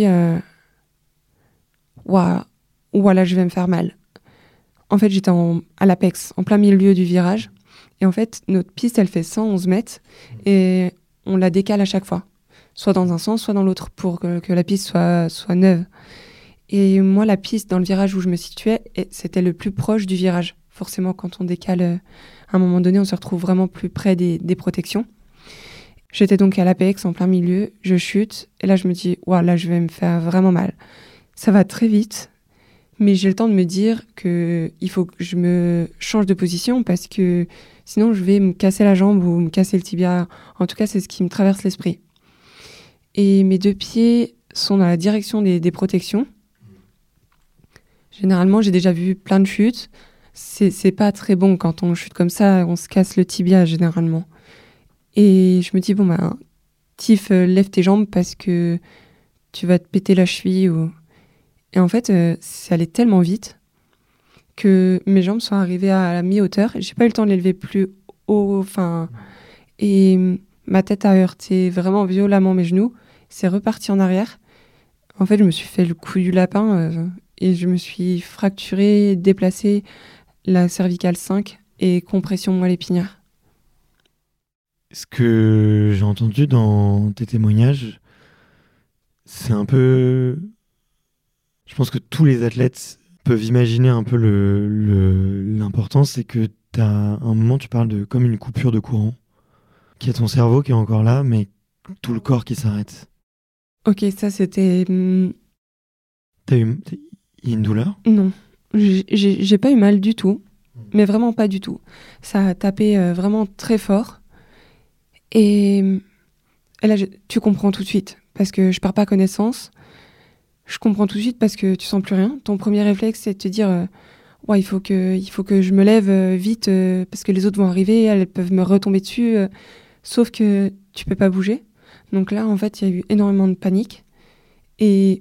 là, je vais me faire mal. En fait, j'étais à l'apex, en plein milieu du virage. Et en fait, notre piste, elle fait 111 mètres et on la décale à chaque fois. Soit dans un sens, soit dans l'autre, pour que la piste soit neuve. Et moi, la piste dans le virage où je me situais, c'était le plus proche du virage. Forcément, quand on décale, à un moment donné, on se retrouve vraiment plus près des protections. J'étais donc à l'apex, en plein milieu, je chute. Et là, je me dis, là, je vais me faire vraiment mal. Ça va très vite. Mais j'ai le temps de me dire qu'il faut que je me change de position parce que sinon je vais me casser la jambe ou me casser le tibia. En tout cas, c'est ce qui me traverse l'esprit. Et mes 2 pieds sont dans la direction des protections. Généralement, j'ai déjà vu plein de chutes. C'est pas très bon quand on chute comme ça, on se casse le tibia généralement. Et je me dis, Tiff, lève tes jambes parce que tu vas te péter la cheville ou... Et en fait, c'est allé tellement vite que mes jambes sont arrivées à la mi-hauteur. J'ai pas eu le temps de les lever plus haut. Et ma tête a heurté vraiment violemment mes genoux. C'est reparti en arrière. En fait, je me suis fait le coup du lapin et je me suis fracturée, déplacée la cervicale 5 et compression moelle épinière. Ce que j'ai entendu dans tes témoignages, c'est un peu... Je pense que tous les athlètes peuvent imaginer un peu l'importance, c'est que t'as un moment, tu parles de comme une coupure de courant, qu'il y a ton cerveau qui est encore là, mais tout le corps qui s'arrête. Ok, ça c'était... Il y a une douleur? Non, j'ai pas eu mal du tout, mais vraiment pas du tout. Ça a tapé vraiment très fort. Et là, tu comprends tout de suite, parce que je perds pas connaissance. je comprends tout de suite parce que tu sens plus rien. Ton premier réflexe, c'est de te dire ouais, il faut que je me lève vite parce que les autres vont arriver, elles peuvent me retomber dessus. Sauf que tu peux pas bouger. Donc là, en fait, il y a eu énormément de panique et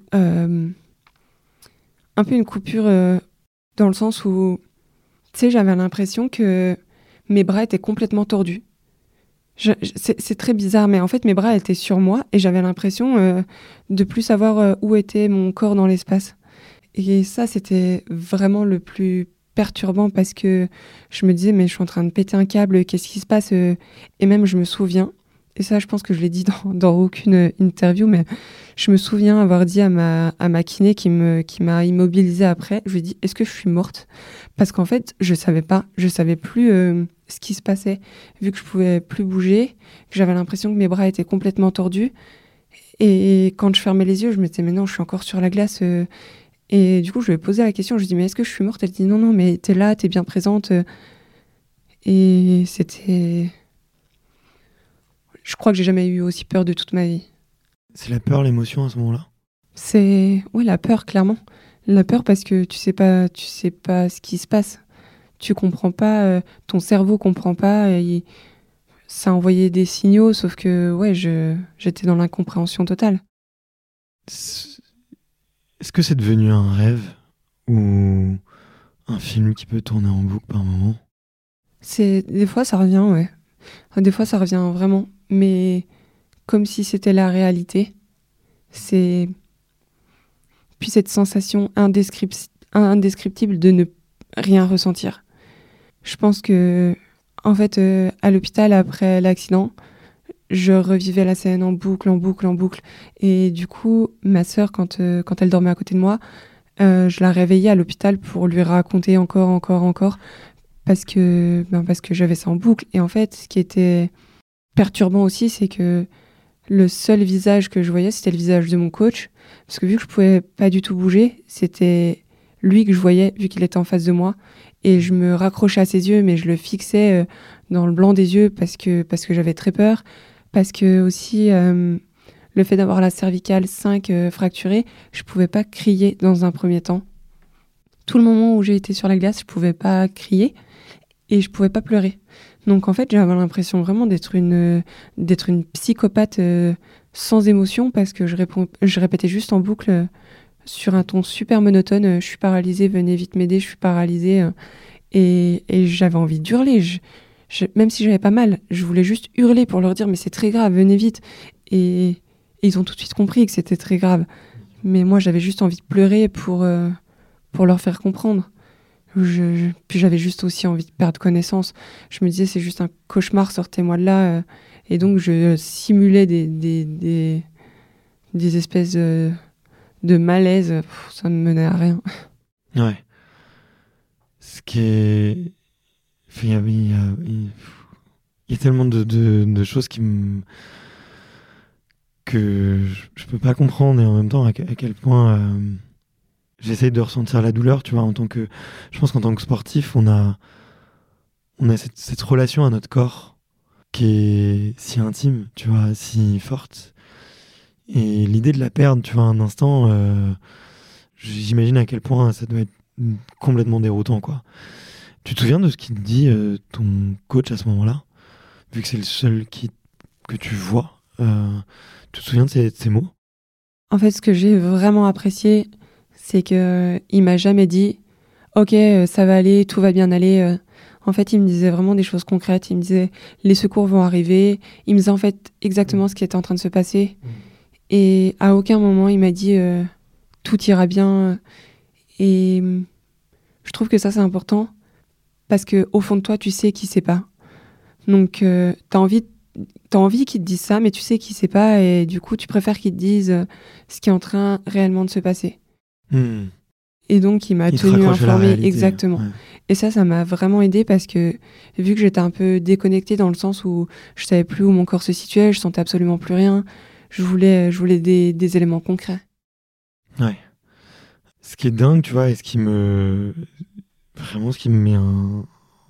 un peu une coupure dans le sens où, tu sais, j'avais l'impression que mes bras étaient complètement tordus. C'est très bizarre, mais en fait, mes bras étaient sur moi et j'avais l'impression de plus savoir où était mon corps dans l'espace. Et ça, c'était vraiment le plus perturbant parce que je me disais, mais je suis en train de péter un câble, qu'est-ce qui se passe Et même, je me souviens, et ça, je pense que je l'ai dit dans aucune interview, mais je me souviens avoir dit à ma kiné qui m'a immobilisée après, je lui ai dit, est-ce que je suis morte ? Parce qu'en fait, je savais plus ce qui se passait, vu que je pouvais plus bouger, que j'avais l'impression que mes bras étaient complètement tordus. Et quand je fermais les yeux, je me disais, mais non, je suis encore sur la glace. Et du coup, je lui ai posé la question, je lui ai dit, mais est-ce que je suis morte ? Elle dit, non, mais t'es là, t'es bien présente. Et c'était... Je crois que j'ai jamais eu aussi peur de toute ma vie. C'est la peur, l'émotion à ce moment-là ? C'est... Ouais, la peur, clairement. La peur parce que tu sais pas ce qui se passe. Tu comprends pas, ton cerveau comprend pas. Et ça envoyait des signaux, sauf que, ouais, j'étais dans l'incompréhension totale. Est-ce que c'est devenu un rêve ou un film qui peut tourner en boucle par moment ? Des fois, ça revient, ouais. Des fois, ça revient vraiment. Mais comme si c'était la réalité. C'est... Puis cette sensation indescriptible de ne rien ressentir. Je pense que, en fait, à l'hôpital, après l'accident, je revivais la scène en boucle. Et du coup, ma sœur, quand elle dormait à côté de moi, je la réveillais à l'hôpital pour lui raconter encore, parce que j'avais ça en boucle. Et en fait, ce qui était perturbant aussi, c'est que le seul visage que je voyais, c'était le visage de mon coach. Parce que vu que je pouvais pas du tout bouger, c'était lui que je voyais, vu qu'il était en face de moi. Et je me raccrochais à ses yeux, mais je le fixais dans le blanc des yeux parce que j'avais très peur. Parce que aussi, le fait d'avoir la cervicale 5 fracturée, je pouvais pas crier dans un premier temps. Tout le moment où j'ai été sur la glace, je pouvais pas crier et je pouvais pas pleurer. Donc en fait, j'avais l'impression vraiment d'être une psychopathe sans émotion parce que je répétais juste en boucle sur un ton super monotone, je suis paralysée, venez vite m'aider, je suis paralysée. Et j'avais envie d'hurler. Même si j'avais pas mal, je voulais juste hurler pour leur dire mais c'est très grave, venez vite. Et ils ont tout de suite compris que c'était très grave. Mais moi, j'avais juste envie de pleurer pour leur faire comprendre. Puis j'avais juste aussi envie de perdre connaissance. Je me disais, c'est juste un cauchemar, sortez-moi de là. Et donc, je simulais des espèces de malaise. Ça ne menait à rien. Ouais. Ce qui est... Il y a tellement de choses que je peux pas comprendre et en même temps à quel point j'essaye de ressentir la douleur, tu vois, je pense qu'en tant que sportif, on a cette relation à notre corps qui est si intime, tu vois, si forte. Et l'idée de la perdre, tu vois, un instant, j'imagine à quel point ça doit être complètement déroutant, quoi. Tu te souviens de ce qu'il te dit ton coach à ce moment-là, vu que c'est le seul que tu vois tu te souviens de ces mots ? En fait, ce que j'ai vraiment apprécié, c'est qu'il m'a jamais dit « Ok, ça va aller, tout va bien aller ». En fait, il me disait vraiment des choses concrètes. Il me disait « Les secours vont arriver ». Il me disait en fait exactement ce qui était en train de se passer. Et à aucun moment, il m'a dit « Tout ira bien ». Et je trouve que ça, c'est important parce qu'au fond de toi, tu sais qu'il sait pas. Donc, t'as envie qu'ils te disent ça, mais tu sais qu'ils sait pas. Et du coup, tu préfères qu'ils te disent ce qui est en train réellement de se passer. Et donc, il m'a tenu informée, exactement. Ouais. Et ça m'a vraiment aidée parce que vu que j'étais un peu déconnectée dans le sens où je savais plus où mon corps se situait, je sentais absolument plus rien, je voulais des éléments concrets. Ouais. Ce qui est dingue, tu vois, et ce qui me met un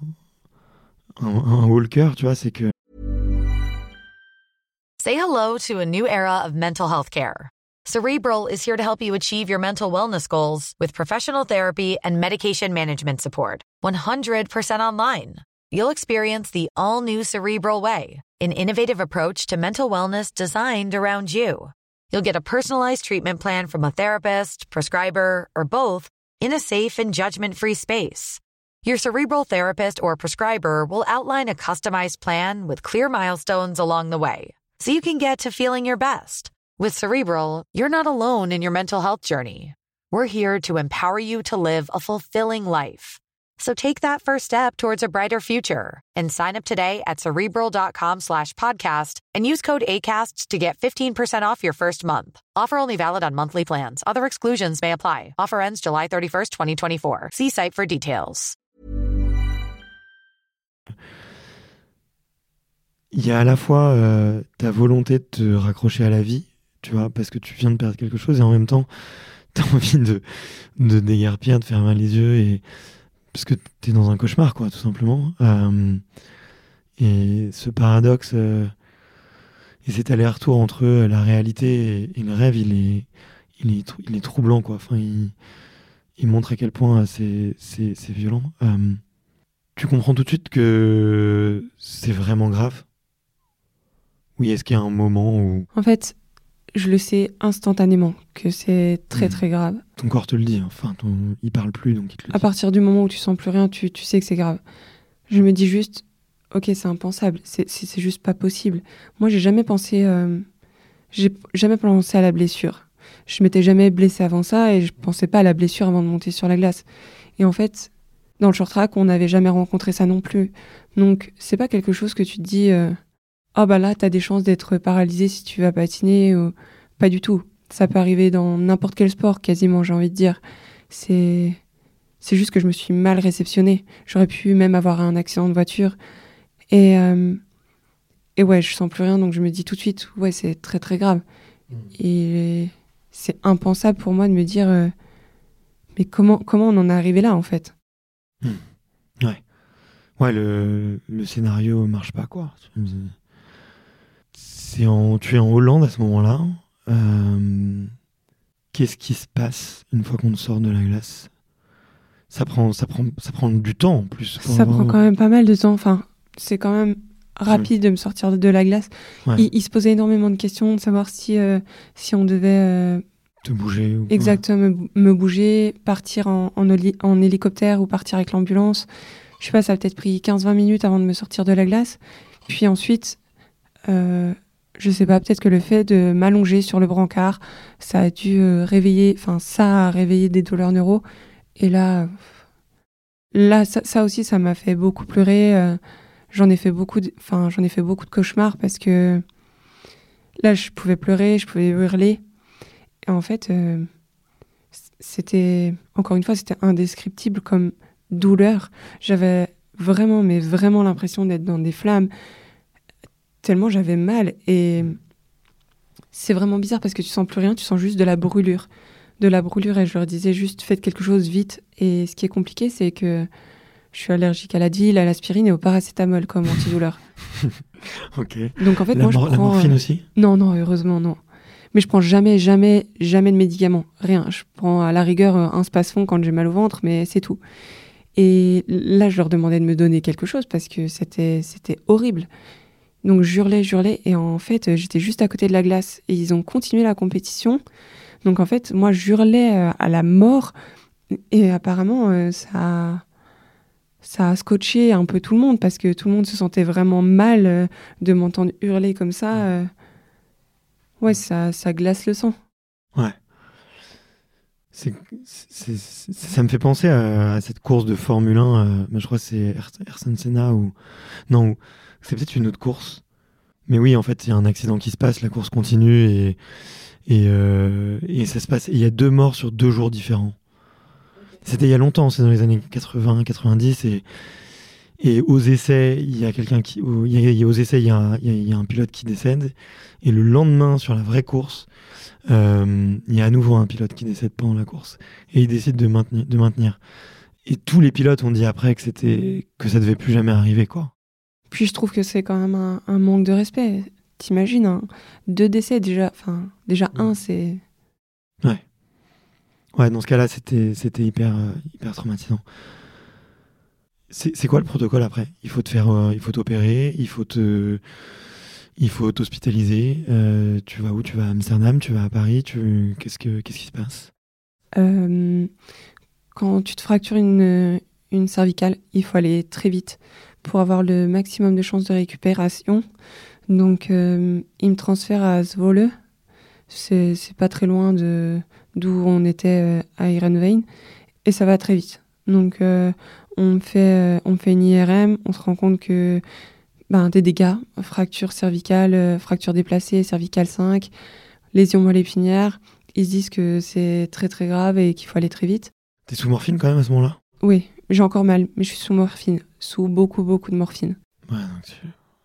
haut le cœur, tu vois, c'est que... Say hello to a new era of mental health care. Cerebral is here to help you achieve your mental wellness goals with professional therapy and medication management support. 100% online. You'll experience the all-new Cerebral Way, an innovative approach to mental wellness designed around you. You'll get a personalized treatment plan from a therapist, prescriber, or both in a safe and judgment-free space. Your Cerebral therapist or prescriber will outline a customized plan with clear milestones along the way, so you can get to feeling your best. With Cerebral, you're not alone in your mental health journey. We're here to empower you to live a fulfilling life. So take that first step towards a brighter future and sign up today at Cerebral.com/podcast and use code ACAST to get 15% off your first month. Offer only valid on monthly plans. Other exclusions may apply. Offer ends July 31st, 2024. See site for details. Il y a à la fois ta volonté de te raccrocher à la vie, tu vois, parce que tu viens de perdre quelque chose, et en même temps, t'as envie de déguerpir, de fermer les yeux, et parce que t'es dans un cauchemar, quoi, tout simplement. Et ce paradoxe, et cet aller-retour entre la réalité et le rêve, il est troublant, quoi. Enfin, il montre à quel point c'est violent. Tu comprends tout de suite que c'est vraiment grave? Oui, est-ce qu'il y a un moment où... En fait, je le sais instantanément que c'est très très grave. Ton corps te le dit, enfin, il parle plus, donc il te le dit. À partir du moment où tu sens plus rien, tu sais que c'est grave. Je me dis juste, ok, c'est impensable, c'est juste pas possible. Moi, j'ai jamais pensé à la blessure. Je m'étais jamais blessée avant ça et je pensais pas à la blessure avant de monter sur la glace. Et en fait, dans le short track, on n'avait jamais rencontré ça non plus. Donc, c'est pas quelque chose que tu te dis... oh bah là, t'as des chances d'être paralysé si tu vas patiner. Ou... Pas du tout. Ça peut arriver dans n'importe quel sport, quasiment, j'ai envie de dire. C'est juste que je me suis mal réceptionnée. J'aurais pu même avoir un accident de voiture. Et ouais, je sens plus rien, donc je me dis tout de suite, ouais, c'est très très grave. Et c'est impensable pour moi de me dire, mais comment on en est arrivé là, en fait? Ouais. Ouais, le scénario marche pas, quoi. Tu es en Hollande à ce moment-là. Qu'est-ce qui se passe une fois qu'on sort de la glace? Ça prend du temps en plus. Ça prend quand même pas mal de temps. Enfin, c'est quand même rapide de me sortir de la glace. Ouais. Il se posait énormément de questions, de savoir si on devait... te bouger. Exactement, me bouger, partir en hélicoptère ou partir avec l'ambulance. Je sais pas, ça a peut-être pris 15-20 minutes avant de me sortir de la glace. Puis ensuite... je sais pas, peut-être que le fait de m'allonger sur le brancard, ça a dû réveiller des douleurs neuro. Et là ça aussi, ça m'a fait beaucoup pleurer. J'en ai fait beaucoup de cauchemars parce que là, je pouvais pleurer, je pouvais hurler. Et en fait, c'était indescriptible comme douleur. J'avais vraiment, mais vraiment l'impression d'être dans des flammes. Tellement j'avais mal, et c'est vraiment bizarre parce que tu sens plus rien, tu sens juste de la brûlure, et je leur disais juste faites quelque chose vite. Et ce qui est compliqué, c'est que je suis allergique à l'Advil, à l'aspirine et au paracétamol comme antidouleur. Ok. Donc en fait, moi je prends... La morphine aussi? Non, heureusement non. Mais je prends jamais de médicaments, rien. Je prends à la rigueur un Spasfon quand j'ai mal au ventre, mais c'est tout. Et là, je leur demandais de me donner quelque chose parce que c'était horrible. Donc j'hurlais, et en fait, j'étais juste à côté de la glace. Et ils ont continué la compétition. Donc en fait, moi, j'hurlais à la mort. Et apparemment, ça a scotché un peu tout le monde, parce que tout le monde se sentait vraiment mal de m'entendre hurler comme ça. Ouais, ça glace le sang. Ouais. Ça me fait penser à cette course de Formule 1. Je crois que c'est Ayrton Senna ou... Non, c'est peut-être une autre course. Mais oui, en fait, il y a un accident qui se passe, la course continue et ça se passe. Il y a 2 morts sur 2 jours différents. C'était il y a longtemps, c'est dans les années 80, 90 et aux essais, il y a un pilote qui décède, et le lendemain, sur la vraie course, il y a à nouveau un pilote qui décède pendant la course, et il décide de maintenir. Et tous les pilotes ont dit après que ça devait plus jamais arriver, quoi. Puis je trouve que c'est quand même un manque de respect. T'imagines, 2 décès déjà. Enfin, déjà un, c'est Ouais. Ouais, dans ce cas-là, c'était hyper traumatisant. C'est quoi le protocole après? Il faut t'opérer, il faut t'hospitaliser. Tu vas où? Tu vas à Amsterdam, tu vas à Paris, qu'est-ce qui se passe? Euh, Quand tu te fractures une cervicale, il faut aller très vite pour avoir le maximum de chances de récupération. Donc, il me transfère à Zwolle. C'est pas très loin d'où on était à Heerenveen. Et ça va très vite. Donc, on fait une IRM. On se rend compte que des dégâts, fracture cervicale, fracture déplacée, cervicale 5, lésion moelle épinière. Ils se disent que c'est très très grave et qu'il faut aller très vite. T'es sous morphine quand même à ce moment-là? Oui, j'ai encore mal, mais je suis sous morphine, sous beaucoup de morphine. Ouais, donc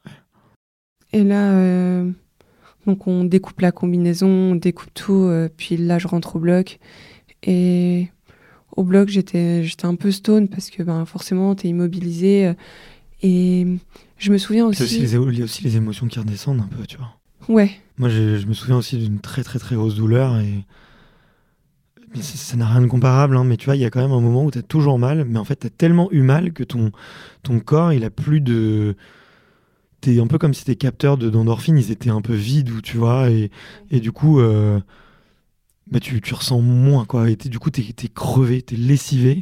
Et là, donc on découpe la combinaison, on découpe tout, puis là je rentre au bloc. Et au bloc, j'étais un peu stone parce que forcément t'es immobilisé. Et je me souviens aussi... Il y a aussi les émotions qui redescendent un peu, tu vois. Ouais. Moi, je me souviens aussi d'une très très très grosse douleur mais ça n'a rien de comparable, hein, mais tu vois, il y a quand même un moment où t'as toujours mal, mais en fait, t'as tellement eu mal que ton corps, il a plus de... T'es un peu comme si tes capteurs d'endorphine, ils étaient un peu vides, ou tu vois, et du coup, tu ressens moins, quoi. Et du coup, t'es crevé, t'es lessivé.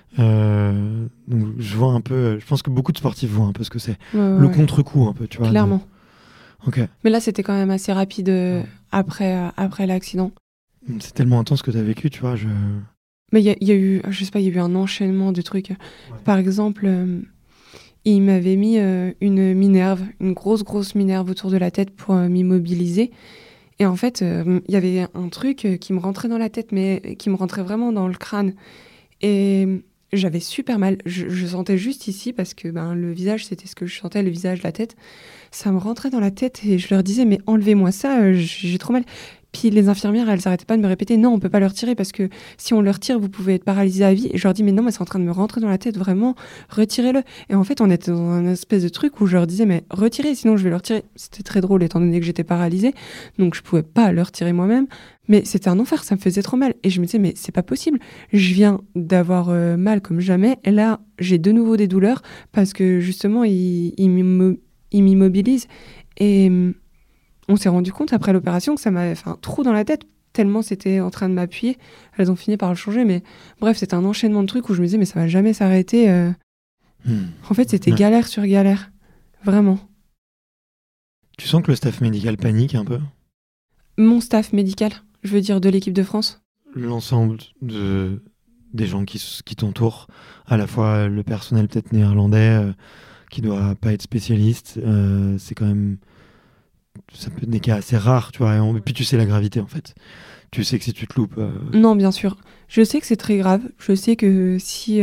Donc, je vois un peu... Je pense que beaucoup de sportifs voient un peu ce que c'est. Le contre-coup, un peu, tu vois. Clairement. Ok. Mais là, c'était quand même assez rapide après l'accident. C'est tellement intense que t'as vécu, tu vois. Mais il y a eu, je sais pas, il y a eu un enchaînement de trucs. Ouais. Par exemple, il m'avait mis une minerve, une grosse minerve autour de la tête pour m'immobiliser. Et en fait, il y avait un truc qui me rentrait dans la tête, mais qui me rentrait vraiment dans le crâne. Et j'avais super mal. Je sentais juste ici, parce que le visage, c'était ce que je sentais, le visage, la tête. Ça me rentrait dans la tête et je leur disais, mais enlevez-moi ça, j'ai trop mal. Puis les infirmières, elles s'arrêtaient pas de me répéter, non, on peut pas le retirer parce que si on le retire, vous pouvez être paralysé à vie. Et je leur dis, mais non, mais c'est en train de me rentrer dans la tête, vraiment, retirez-le. Et en fait, on était dans un espèce de truc où je leur disais, mais retirez, sinon je vais le retirer. C'était très drôle étant donné que j'étais paralysée, donc je pouvais pas le retirer moi-même. Mais c'était un enfer, ça me faisait trop mal. Et je me disais, mais c'est pas possible. Je viens d'avoir mal comme jamais. Et là, j'ai de nouveau des douleurs parce que justement, il m'immobilise. Et on s'est rendu compte après l'opération que ça m'avait fait un trou dans la tête, tellement c'était en train de m'appuyer. Elles ont fini par le changer, mais bref, c'était un enchaînement de trucs où je me disais, mais ça va jamais s'arrêter. En fait, c'était galère sur galère. Vraiment. Tu sens que le staff médical panique un peu? Mon staff médical, je veux dire de l'équipe de France. L'ensemble des gens qui t'entourent, à la fois le personnel peut-être néerlandais, qui doit pas être spécialiste, c'est quand même... Ça peut être des cas assez rares, tu vois, et puis tu sais la gravité en fait. Tu sais que si tu te loupes... Non, bien sûr. Je sais que c'est très grave. Je sais que si...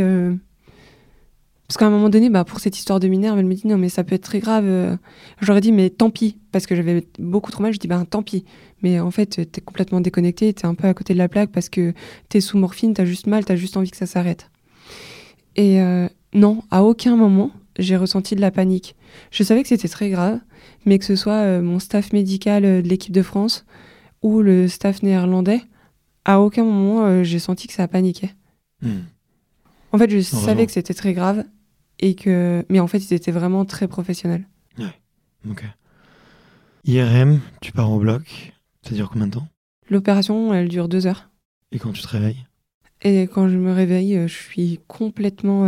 Parce qu'à un moment donné, pour cette histoire de minerve, elle me dit non, mais ça peut être très grave. J'aurais dit, mais tant pis, parce que j'avais beaucoup trop mal. Je dis, tant pis. Mais en fait, t'es complètement déconnecté, t'es un peu à côté de la plaque parce que t'es sous morphine, t'as juste mal, t'as juste envie que ça s'arrête. Et non, à aucun moment, j'ai ressenti de la panique. Je savais que c'était très grave, mais que ce soit mon staff médical de l'équipe de France ou le staff néerlandais, à aucun moment, j'ai senti que ça paniquait. En fait, je savais que c'était très grave, mais en fait, ils étaient vraiment très professionnels. Ouais, ok. IRM, tu pars au bloc, ça dure combien de temps? L'opération, elle dure 2 heures. Et quand tu te réveilles? Et quand je me réveille, je suis complètement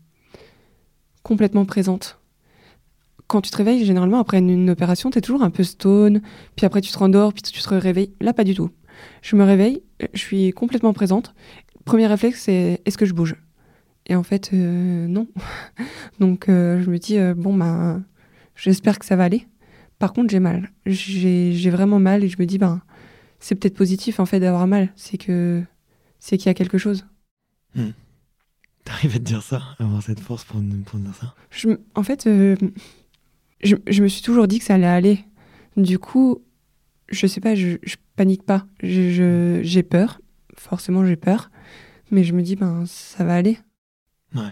présente. Quand tu te réveilles, généralement, après une opération, t'es toujours un peu stone, puis après tu te rendors, puis tu te réveilles. Là, pas du tout. Je me réveille, je suis complètement présente. Premier réflexe, c'est est-ce que je bouge? Et en fait, non. Donc, je me dis, j'espère que ça va aller. Par contre, j'ai mal. J'ai vraiment mal et je me dis, c'est peut-être positif, en fait, d'avoir mal. C'est qu'il y a quelque chose. T'arrives à te dire ça, à avoir cette force pour dire ça? En fait, je me suis toujours dit que ça allait aller. Du coup, je sais pas, je panique pas. J'ai peur. Forcément, j'ai peur. Mais je me dis, ça va aller. Ouais.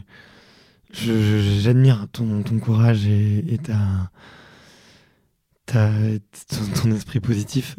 J'admire ton courage et ton esprit positif.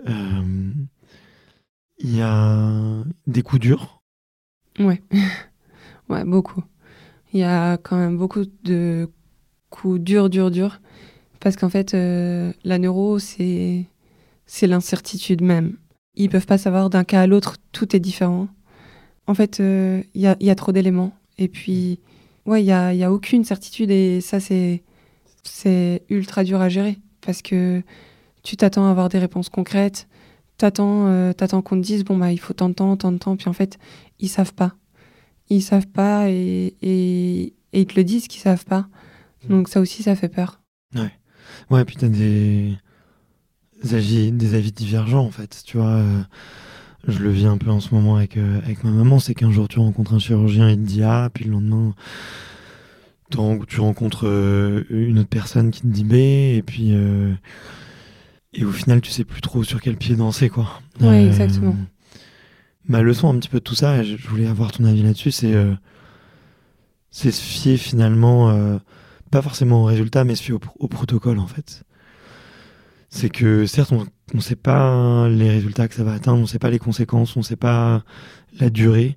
Il y a des coups durs. Ouais, ouais, beaucoup. Il y a quand même beaucoup de coups durs. Parce qu'en fait, la neuro, c'est l'incertitude même. Ils peuvent pas savoir d'un cas à l'autre, tout est différent. En fait, il y a trop d'éléments. Et puis, ouais, il y a aucune certitude et ça, c'est ultra dur à gérer. Parce que tu t'attends à avoir des réponses concrètes, t'attends qu'on te dise, bon, bah, il faut tant de temps, puis en fait, ils savent pas. Ils savent pas et ils te le disent qu'ils savent pas. Donc ça aussi, ça fait peur. Ouais, puis t'as des avis divergents, en fait. Tu vois, je le vis un peu en ce moment avec ma maman. C'est qu'un jour, tu rencontres un chirurgien, il te dit A, puis le lendemain, tu rencontres une autre personne qui te dit B, et puis... et au final, tu sais plus trop sur quel pied danser, quoi. Ouais, exactement. Ma leçon un petit peu de tout ça, et je voulais avoir ton avis là-dessus, c'est se fier finalement, pas forcément au résultat, mais se fier au protocole, en fait. C'est que certes, on ne sait pas les résultats que ça va atteindre, on ne sait pas les conséquences, on ne sait pas la durée,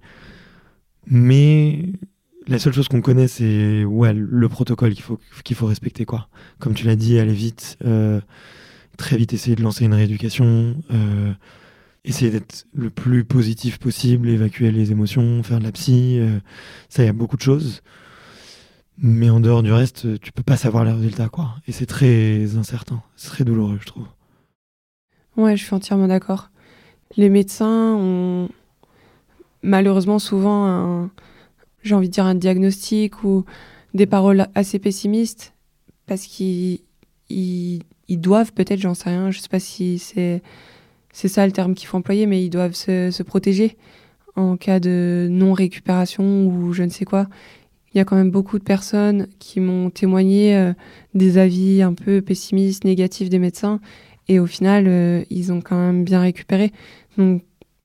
mais la seule chose qu'on connaît, c'est le protocole qu'il faut respecter, quoi. Comme tu l'as dit, aller vite, très vite essayer de lancer une rééducation, essayer d'être le plus positif possible, évacuer les émotions, faire de la psy, ça, il y a beaucoup de choses. Mais en dehors du reste, tu peux pas savoir les résultats, quoi. Et c'est très incertain, c'est très douloureux, je trouve. Ouais, je suis entièrement d'accord. Les médecins ont malheureusement souvent j'ai envie de dire un diagnostic ou des paroles assez pessimistes parce qu'ils doivent peut-être, j'en sais rien, je sais pas si c'est ça le terme qu'il faut employer, mais ils doivent se protéger en cas de non-récupération ou je ne sais quoi. Il y a quand même beaucoup de personnes qui m'ont témoigné des avis un peu pessimistes, négatifs des médecins. Et au final, ils ont quand même bien récupéré. Donc,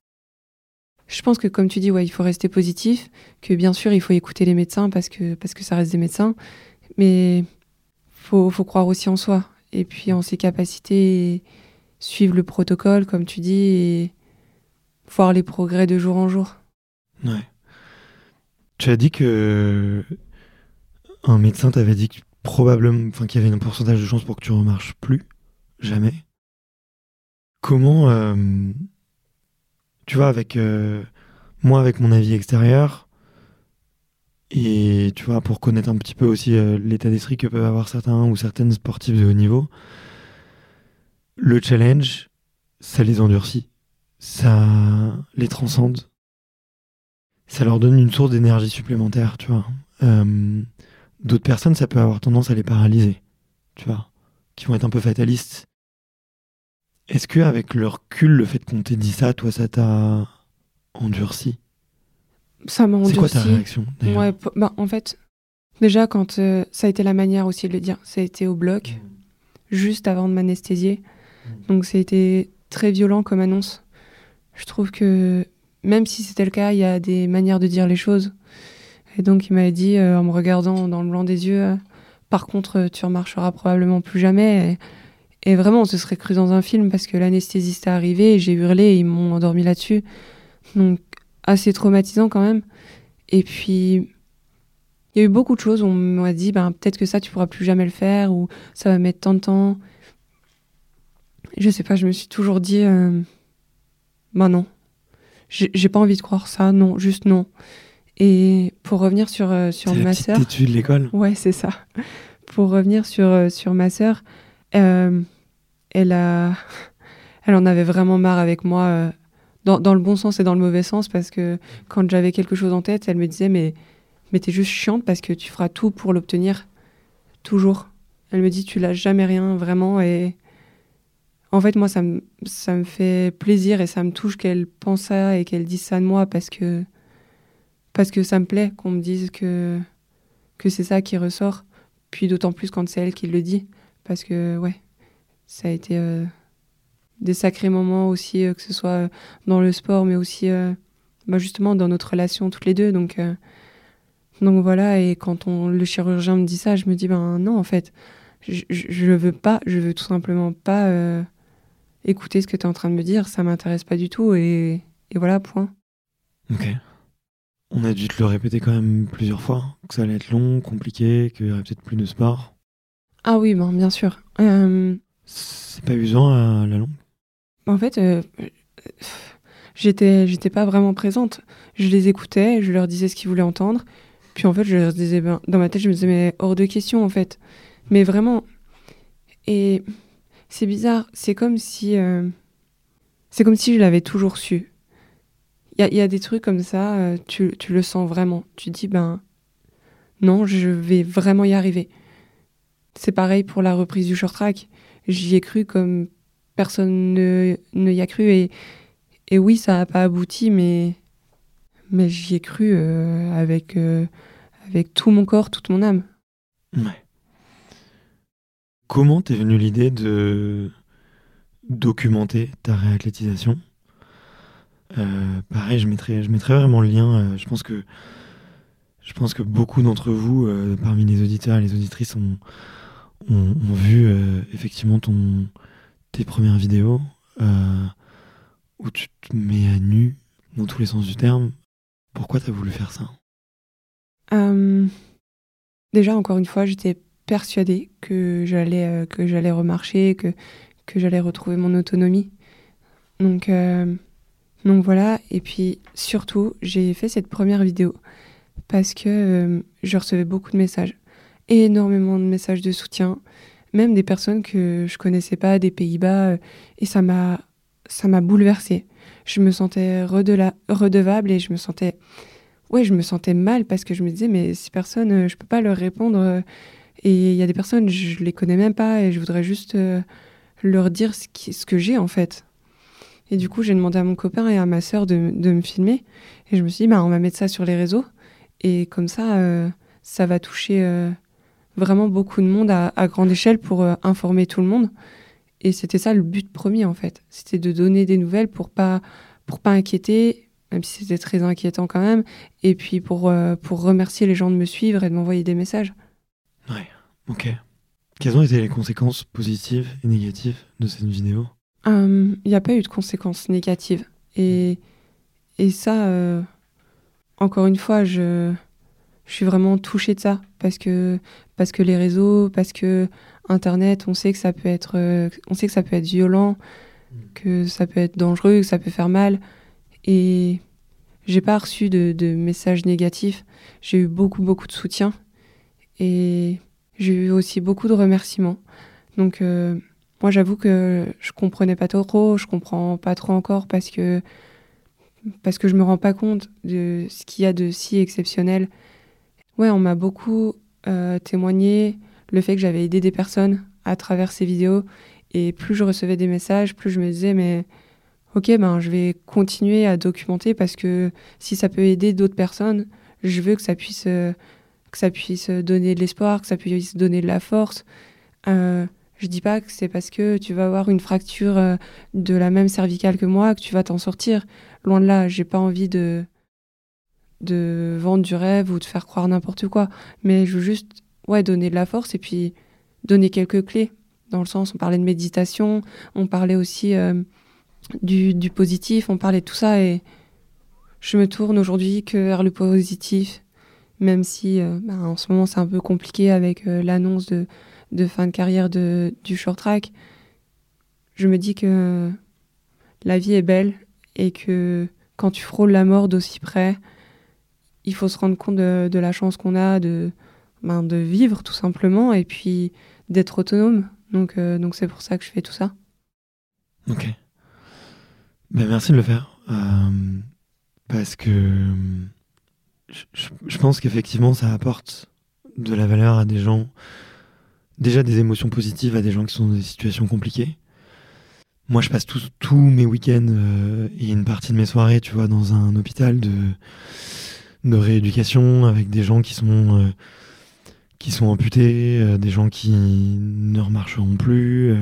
je pense que comme tu dis, ouais, il faut rester positif, que bien sûr, il faut écouter les médecins parce que ça reste des médecins. Mais faut croire aussi en soi. Et puis en ses capacités, et suivre le protocole, comme tu dis, et voir les progrès de jour en jour. Ouais. Tu as dit que un médecin t'avait dit probablement, qu'il y avait un pourcentage de chance pour que tu remarches plus, jamais. Comment, tu vois, avec moi, avec mon avis extérieur, et tu vois, pour connaître un petit peu aussi l'état d'esprit que peuvent avoir certains ou certaines sportifs de haut niveau, le challenge, ça les endurcit, ça les transcende, ça leur donne une source d'énergie supplémentaire, tu vois. D'autres personnes, ça peut avoir tendance à les paralyser, tu vois, qui vont être un peu fatalistes. Est-ce que avec le recul, le fait qu'on t'ait dit ça, toi, ça t'a endurci? Ça m'a endurci. C'est quoi ta réaction d'ailleurs? Ouais, en fait, déjà quand ça a été la manière aussi de le dire, ça a été au bloc, juste avant de m'anesthésier. Donc ça a été très violent comme annonce. Je trouve que même si c'était le cas, il y a des manières de dire les choses. Et donc il m'avait dit, en me regardant dans le blanc des yeux, par contre, tu remarcheras probablement plus jamais. Et vraiment, on se serait cru dans un film parce que l'anesthésiste est arrivé et j'ai hurlé et ils m'ont endormi là-dessus. Donc assez traumatisant quand même. Et puis, il y a eu beaucoup de choses où on m'a dit, peut-être que ça, tu pourras plus jamais le faire ou ça va mettre tant de temps. Je sais pas, je me suis toujours dit, non. J'ai pas envie de croire ça, non, juste non. Et pour revenir sur ma sœur... C'est la petite têtue de l'école. Ouais, c'est ça. Pour revenir sur ma sœur, elle en avait vraiment marre avec moi, dans le bon sens et dans le mauvais sens, parce que quand j'avais quelque chose en tête, elle me disait mais t'es juste chiante parce que tu feras tout pour l'obtenir, toujours. Elle me dit tu lâches jamais rien, vraiment, et en fait moi ça me fait plaisir et ça me touche qu'elle pense ça et qu'elle dise ça de moi parce que ça me plaît qu'on me dise que c'est ça qui ressort, puis d'autant plus quand c'est elle qui le dit, parce que ouais, ça a été des sacrés moments aussi, que ce soit dans le sport, mais aussi justement dans notre relation toutes les deux. Donc voilà, et quand le chirurgien me dit ça, je me dis non, en fait, je veux tout simplement pas écouter ce que tu es en train de me dire, ça m'intéresse pas du tout et voilà, point. Ok. On a dû te le répéter quand même plusieurs fois, que ça allait être long, compliqué, qu'il y aurait peut-être plus de sport. Ah oui, ben, bien sûr. C'est pas usant à la longue? En fait, j'étais pas vraiment présente. Je les écoutais, je leur disais ce qu'ils voulaient entendre. Puis en fait, je leur disais, dans ma tête, je me disais, mais hors de question, en fait. Mais vraiment. Et c'est bizarre. C'est comme si je l'avais toujours su. Il y a des trucs comme ça, tu le sens vraiment. Tu te dis, non, je vais vraiment y arriver. C'est pareil pour la reprise du short track. J'y ai cru comme personne ne y a cru. Et oui, ça n'a pas abouti, mais j'y ai cru avec tout mon corps, toute mon âme. Ouais. Comment t'es venue l'idée de documenter ta réathlétisation? Pareil, je mettrai vraiment le lien. Je pense que beaucoup d'entre vous, parmi les auditeurs et les auditrices, ont vu effectivement tes premières vidéos où tu te mets à nu dans tous les sens du terme. Pourquoi t'as voulu faire ça? Déjà, encore une fois, j'étais persuadée que j'allais remarcher, que j'allais retrouver mon autonomie. Donc voilà. Et puis surtout, j'ai fait cette première vidéo parce que je recevais beaucoup de messages, énormément de messages de soutien, même des personnes que je connaissais pas, des Pays-Bas, et ça m'a bouleversée. Je me sentais redevable et je me sentais mal parce que je me disais, mais ces personnes, je peux pas leur répondre. Et il y a des personnes, je les connais même pas et je voudrais juste leur dire ce que j'ai en fait. Et du coup, j'ai demandé à mon copain et à ma sœur de me filmer. Et je me suis dit, on va mettre ça sur les réseaux. Et comme ça, ça va toucher vraiment beaucoup de monde à grande échelle pour informer tout le monde. Et c'était ça le but premier en fait. C'était de donner des nouvelles pour pas inquiéter, même si c'était très inquiétant quand même. Et puis pour remercier les gens de me suivre et de m'envoyer des messages. Ouais, ok. Quelles ont été les conséquences positives et négatives de cette vidéo? Il n'y a pas eu de conséquences négatives. Et ça, encore une fois, je suis vraiment touchée de ça. Parce que les réseaux, parce que Internet, on sait que ça peut être violent, que ça peut être dangereux, que ça peut faire mal. Et j'ai pas reçu de messages négatifs. J'ai eu beaucoup, beaucoup de soutien. Et j'ai eu aussi beaucoup de remerciements. Donc, moi, j'avoue que je comprenais pas trop, je comprends pas trop encore parce que je me rends pas compte de ce qu'il y a de si exceptionnel. Ouais, on m'a beaucoup témoigné le fait que j'avais aidé des personnes à travers ces vidéos. Et plus je recevais des messages, plus je me disais, mais ok, je vais continuer à documenter parce que si ça peut aider d'autres personnes, je veux que ça puisse donner de l'espoir, que ça puisse donner de la force. Je dis pas que c'est parce que tu vas avoir une fracture de la même cervicale que moi que tu vas t'en sortir. Loin de là, j'ai pas envie de vendre du rêve ou de faire croire n'importe quoi. Mais je veux juste donner de la force et puis donner quelques clés. Dans le sens, on parlait de méditation, on parlait aussi du positif, on parlait de tout ça. Et je me tourne aujourd'hui que vers le positif, même si en ce moment c'est un peu compliqué avec l'annonce de fin de carrière du short track. Je me dis que la vie est belle et que quand tu frôles la mort d'aussi près, il faut se rendre compte de la chance qu'on a de vivre tout simplement et puis d'être autonome. Donc c'est pour ça que je fais tout ça. Ok. Merci de le faire. Parce que je pense qu'effectivement ça apporte de la valeur à des gens, déjà des émotions positives à des gens qui sont dans des situations compliquées. Moi je passe tous mes week-ends et une partie de mes soirées, tu vois, dans un hôpital de rééducation avec des gens qui sont amputés, des gens qui ne remarcheront plus.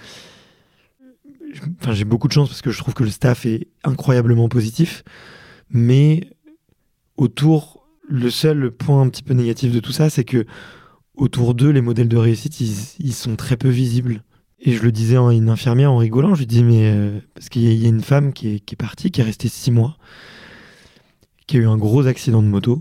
J'ai beaucoup de chance parce que je trouve que le staff est incroyablement positif, mais autour, le seul point un petit peu négatif de tout ça, c'est que autour d'eux, les modèles de réussite, ils sont très peu visibles. Et je le disais à une infirmière en rigolant, je lui dis, parce qu'il y a une femme qui est partie, qui est restée 6 mois, qui a eu un gros accident de moto,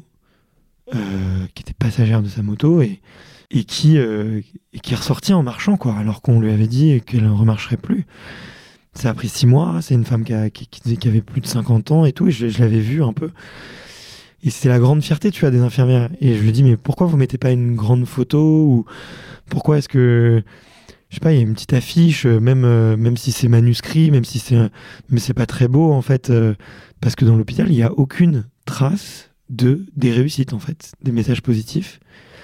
qui était passagère de sa moto, et qui est ressortie en marchant, quoi, alors qu'on lui avait dit qu'elle ne remarcherait plus. Ça a pris 6 mois, c'est une femme qui disait qu'elle avait plus de 50 ans et tout, et je l'avais vue un peu. Et c'est la grande fierté, tu vois, des infirmières. Et je lui dis, mais pourquoi vous mettez pas une grande photo, ou pourquoi est-ce que, je sais pas, il y a une petite affiche, même si c'est manuscrit, mais c'est pas très beau, en fait, parce que dans l'hôpital, il y a aucune trace des réussites, en fait, des messages positifs.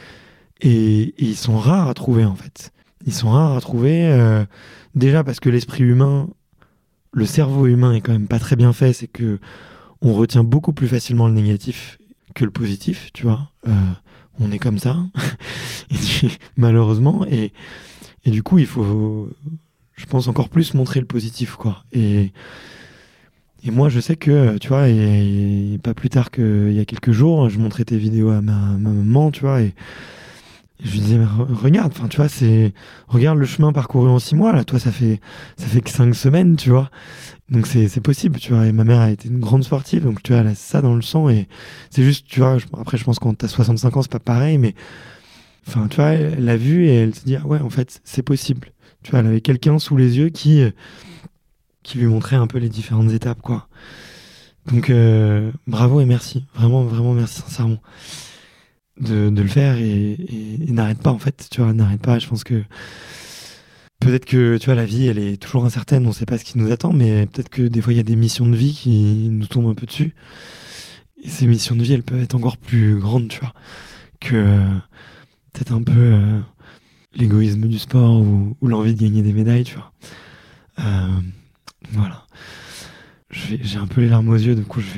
Et ils sont rares à trouver, en fait. Ils sont rares à trouver, déjà parce que l'esprit humain, le cerveau humain est quand même pas très bien fait, c'est que on retient beaucoup plus facilement le négatif que le positif, tu vois. On est comme ça, malheureusement, et du coup, il faut, je pense, encore plus montrer le positif, quoi. Et moi, je sais que, tu vois, et pas plus tard qu'il y a quelques jours, je montrais tes vidéos à ma maman, tu vois, et je lui disais, mais regarde, enfin, tu vois, regarde le chemin parcouru en 6 mois, là, toi, ça fait que 5 semaines, tu vois. Donc, c'est possible, tu vois. Et ma mère a été une grande sportive, donc, tu vois, elle a ça dans le sang, et c'est juste, tu vois, après, je pense que quand t'as 65 ans, c'est pas pareil, mais, enfin, tu vois, elle l'a vu, et elle se dit, ah ouais, en fait, c'est possible. Tu vois, elle avait quelqu'un sous les yeux qui lui montrait un peu les différentes étapes, quoi. Donc, bravo et merci. Vraiment, vraiment merci, sincèrement. De le faire et n'arrête pas, en fait, tu vois, n'arrête pas. Je pense que peut-être que, tu vois, la vie, elle est toujours incertaine, on sait pas ce qui nous attend, mais peut-être que des fois il y a des missions de vie qui nous tombent un peu dessus, et ces missions de vie, elles peuvent être encore plus grandes, tu vois, que peut-être un peu l'égoïsme du sport ou l'envie de gagner des médailles, tu vois. Voilà, j'ai un peu les larmes aux yeux, du coup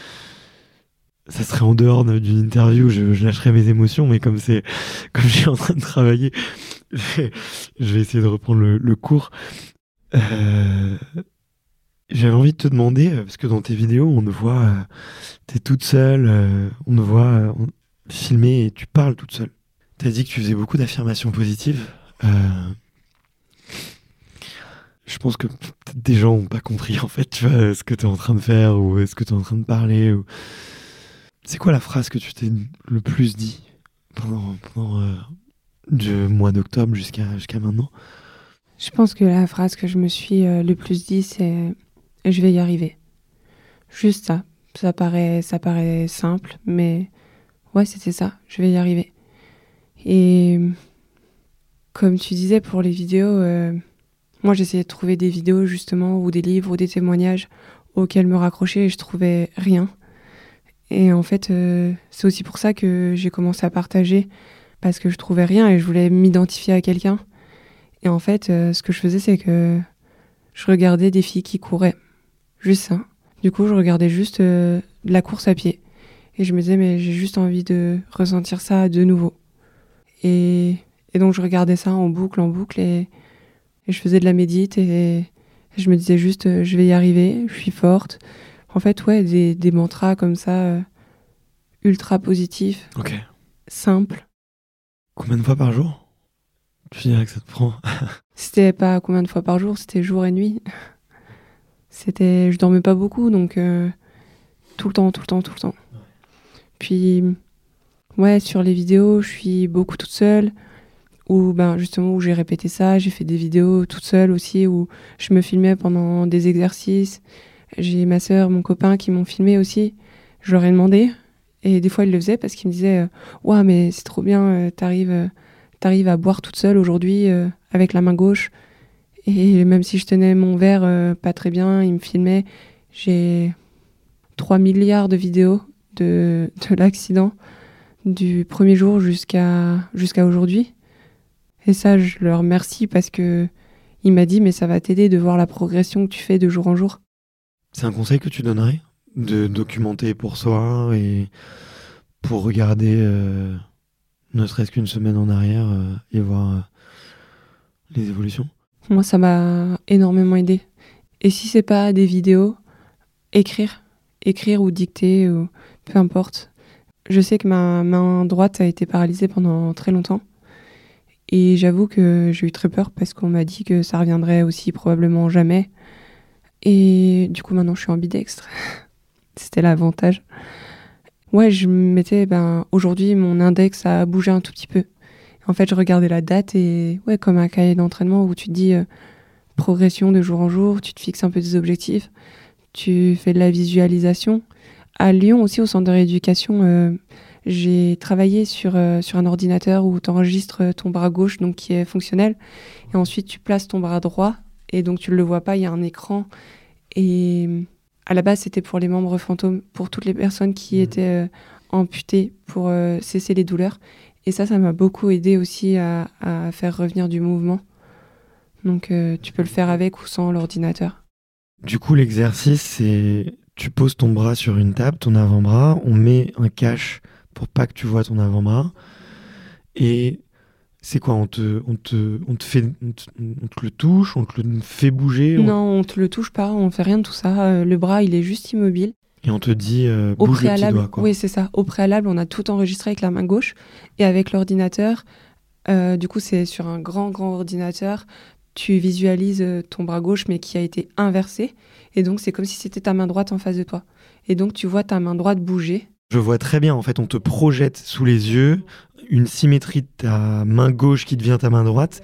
ça serait en dehors d'une interview, je lâcherais mes émotions, mais comme je suis en train de travailler, je vais essayer de reprendre le cours. J'avais envie de te demander, parce que dans tes vidéos, on te voit, t'es toute seule, on te voit filmer et tu parles toute seule. T'as dit que tu faisais beaucoup d'affirmations positives. Je pense que peut-être des gens n'ont pas compris, en fait, tu vois, ce que t'es en train de faire, ou ce que t'es en train de parler, ou... C'est quoi la phrase que tu t'es le plus dit pendant du mois d'octobre jusqu'à maintenant? Je pense que la phrase que je me suis le plus dit, c'est « je vais y arriver ». Juste ça. Ça paraît simple, mais ouais, c'était ça. Je vais y arriver. Et comme tu disais pour les vidéos, moi j'essayais de trouver des vidéos justement, ou des livres, ou des témoignages auxquels me raccrocher, et je trouvais rien. Et en fait, c'est aussi pour ça que j'ai commencé à partager, parce que je trouvais rien et je voulais m'identifier à quelqu'un. Et en fait, ce que je faisais, c'est que je regardais des filles qui couraient. Juste ça. Du coup, je regardais juste de la course à pied. Et je me disais, mais j'ai juste envie de ressentir ça de nouveau. Et donc, je regardais ça en boucle, et je faisais de la médite, et je me disais juste, je vais y arriver, je suis forte. En fait, ouais, des mantras comme ça, ultra positifs, Ok. simples. Combien de fois par jour tu dirais que ça te prend? C'était pas combien de fois par jour, c'était jour et nuit. Je dormais pas beaucoup, donc tout le temps. Ouais. Puis, ouais, sur les vidéos, je suis beaucoup toute seule, où j'ai répété ça, j'ai fait des vidéos toute seule aussi, où je me filmais pendant des exercices. J'ai ma sœur, mon copain qui m'ont filmé aussi. Je leur ai demandé, et des fois ils le faisaient parce qu'ils me disaient ouais, mais c'est trop bien, t'arrives à boire toute seule aujourd'hui avec la main gauche. Et même si je tenais mon verre pas très bien, ils me filmaient. J'ai 3 milliards de vidéos de l'accident du premier jour jusqu'à aujourd'hui. Et ça, je leur remercie parce que il m'a dit, mais ça va t'aider de voir la progression que tu fais de jour en jour. C'est un conseil que tu donnerais, de documenter pour soi et pour regarder ne serait-ce qu'une semaine en arrière et voir les évolutions? Moi, ça m'a énormément aidé. Et si c'est pas des vidéos, écrire ou dicter, ou peu importe. Je sais que ma main droite a été paralysée pendant très longtemps. Et j'avoue que j'ai eu très peur parce qu'on m'a dit que ça reviendrait aussi probablement jamais. Et du coup, maintenant, je suis ambidextre. C'était l'avantage. Ouais, je me mettais, aujourd'hui, mon index a bougé un tout petit peu. En fait, je regardais la date et, ouais, comme un cahier d'entraînement où tu te dis progression de jour en jour, tu te fixes un peu des objectifs, tu fais de la visualisation. À Lyon aussi, au centre de rééducation, j'ai travaillé sur un ordinateur où tu enregistres ton bras gauche, donc qui est fonctionnel, et ensuite tu places ton bras droit, et donc tu ne le vois pas, il y a un écran. Et à la base, c'était pour les membres fantômes, pour toutes les personnes qui étaient amputées, pour cesser les douleurs. Et ça m'a beaucoup aidé aussi à faire revenir du mouvement. Donc tu peux le faire avec ou sans l'ordinateur. Du coup, l'exercice, c'est tu poses ton bras sur une table, ton avant-bras, on met un cache pour pas que tu vois ton avant-bras. Et c'est quoi, on te le touche, on te le fait bouger? Non, on te le touche pas, on fait rien de tout ça. Le bras, il est juste immobile. Et on te dit bouge le petit doigt, quoi. Oui, c'est ça. Au préalable, on a tout enregistré avec la main gauche et avec l'ordinateur. Du coup, c'est sur un grand ordinateur. Tu visualises ton bras gauche, mais qui a été inversé. Et donc, c'est comme si c'était ta main droite en face de toi. Et donc, tu vois ta main droite bouger. Je vois très bien, en fait, on te projette sous les yeux une symétrie de ta main gauche qui devient ta main droite.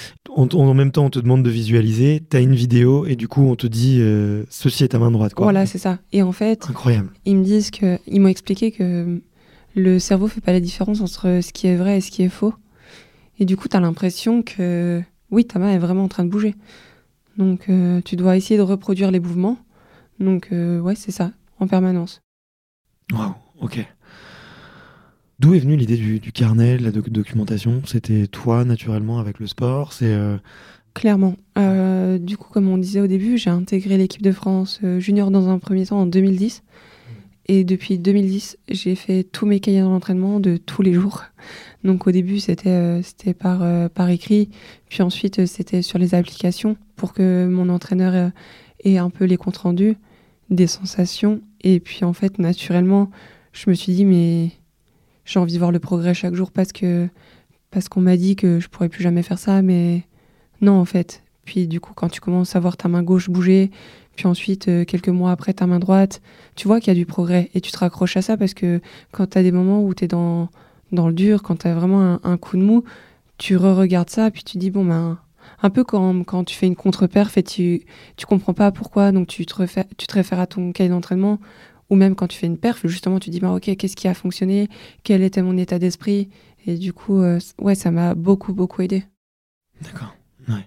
En même temps, on te demande de visualiser, t'as une vidéo et du coup, on te dit ceci est ta main droite, quoi. Voilà, c'est ça. Et en fait, incroyable. Ils m'ont expliqué que le cerveau fait pas la différence entre ce qui est vrai et ce qui est faux. Et du coup, t'as l'impression que oui, ta main est vraiment en train de bouger. Donc, tu dois essayer de reproduire les mouvements. Donc, ouais, c'est ça, en permanence. Waouh, ok. D'où est venue l'idée du carnet, de la documentation? C'était toi, naturellement, avec le sport? Clairement. Du coup, comme on disait au début, j'ai intégré l'équipe de France junior dans un premier temps en 2010. Et depuis 2010, j'ai fait tous mes cahiers d'entraînement de tous les jours. Donc au début, c'était par écrit. Puis ensuite, c'était sur les applications pour que mon entraîneur ait un peu les comptes rendus, des sensations. Et puis en fait, naturellement, je me suis dit, mais j'ai envie de voir le progrès chaque jour parce qu'on m'a dit que je pourrais plus jamais faire ça. Mais non, en fait. Puis du coup, quand tu commences à voir ta main gauche bouger, puis ensuite, quelques mois après, ta main droite, tu vois qu'il y a du progrès. Et tu te raccroches à ça parce que quand tu as des moments où tu es dans le dur, quand tu as vraiment un coup de mou, tu re-regardes ça, puis tu dis, bon, un peu quand tu fais une contre-perf et tu comprends pas pourquoi, donc tu te réfères à ton cahier d'entraînement, ou même quand tu fais une perf, justement, tu dis, ok, qu'est-ce qui a fonctionné, quel était mon état d'esprit, et du coup, ouais, ça m'a beaucoup, beaucoup aidé. D'accord, ouais.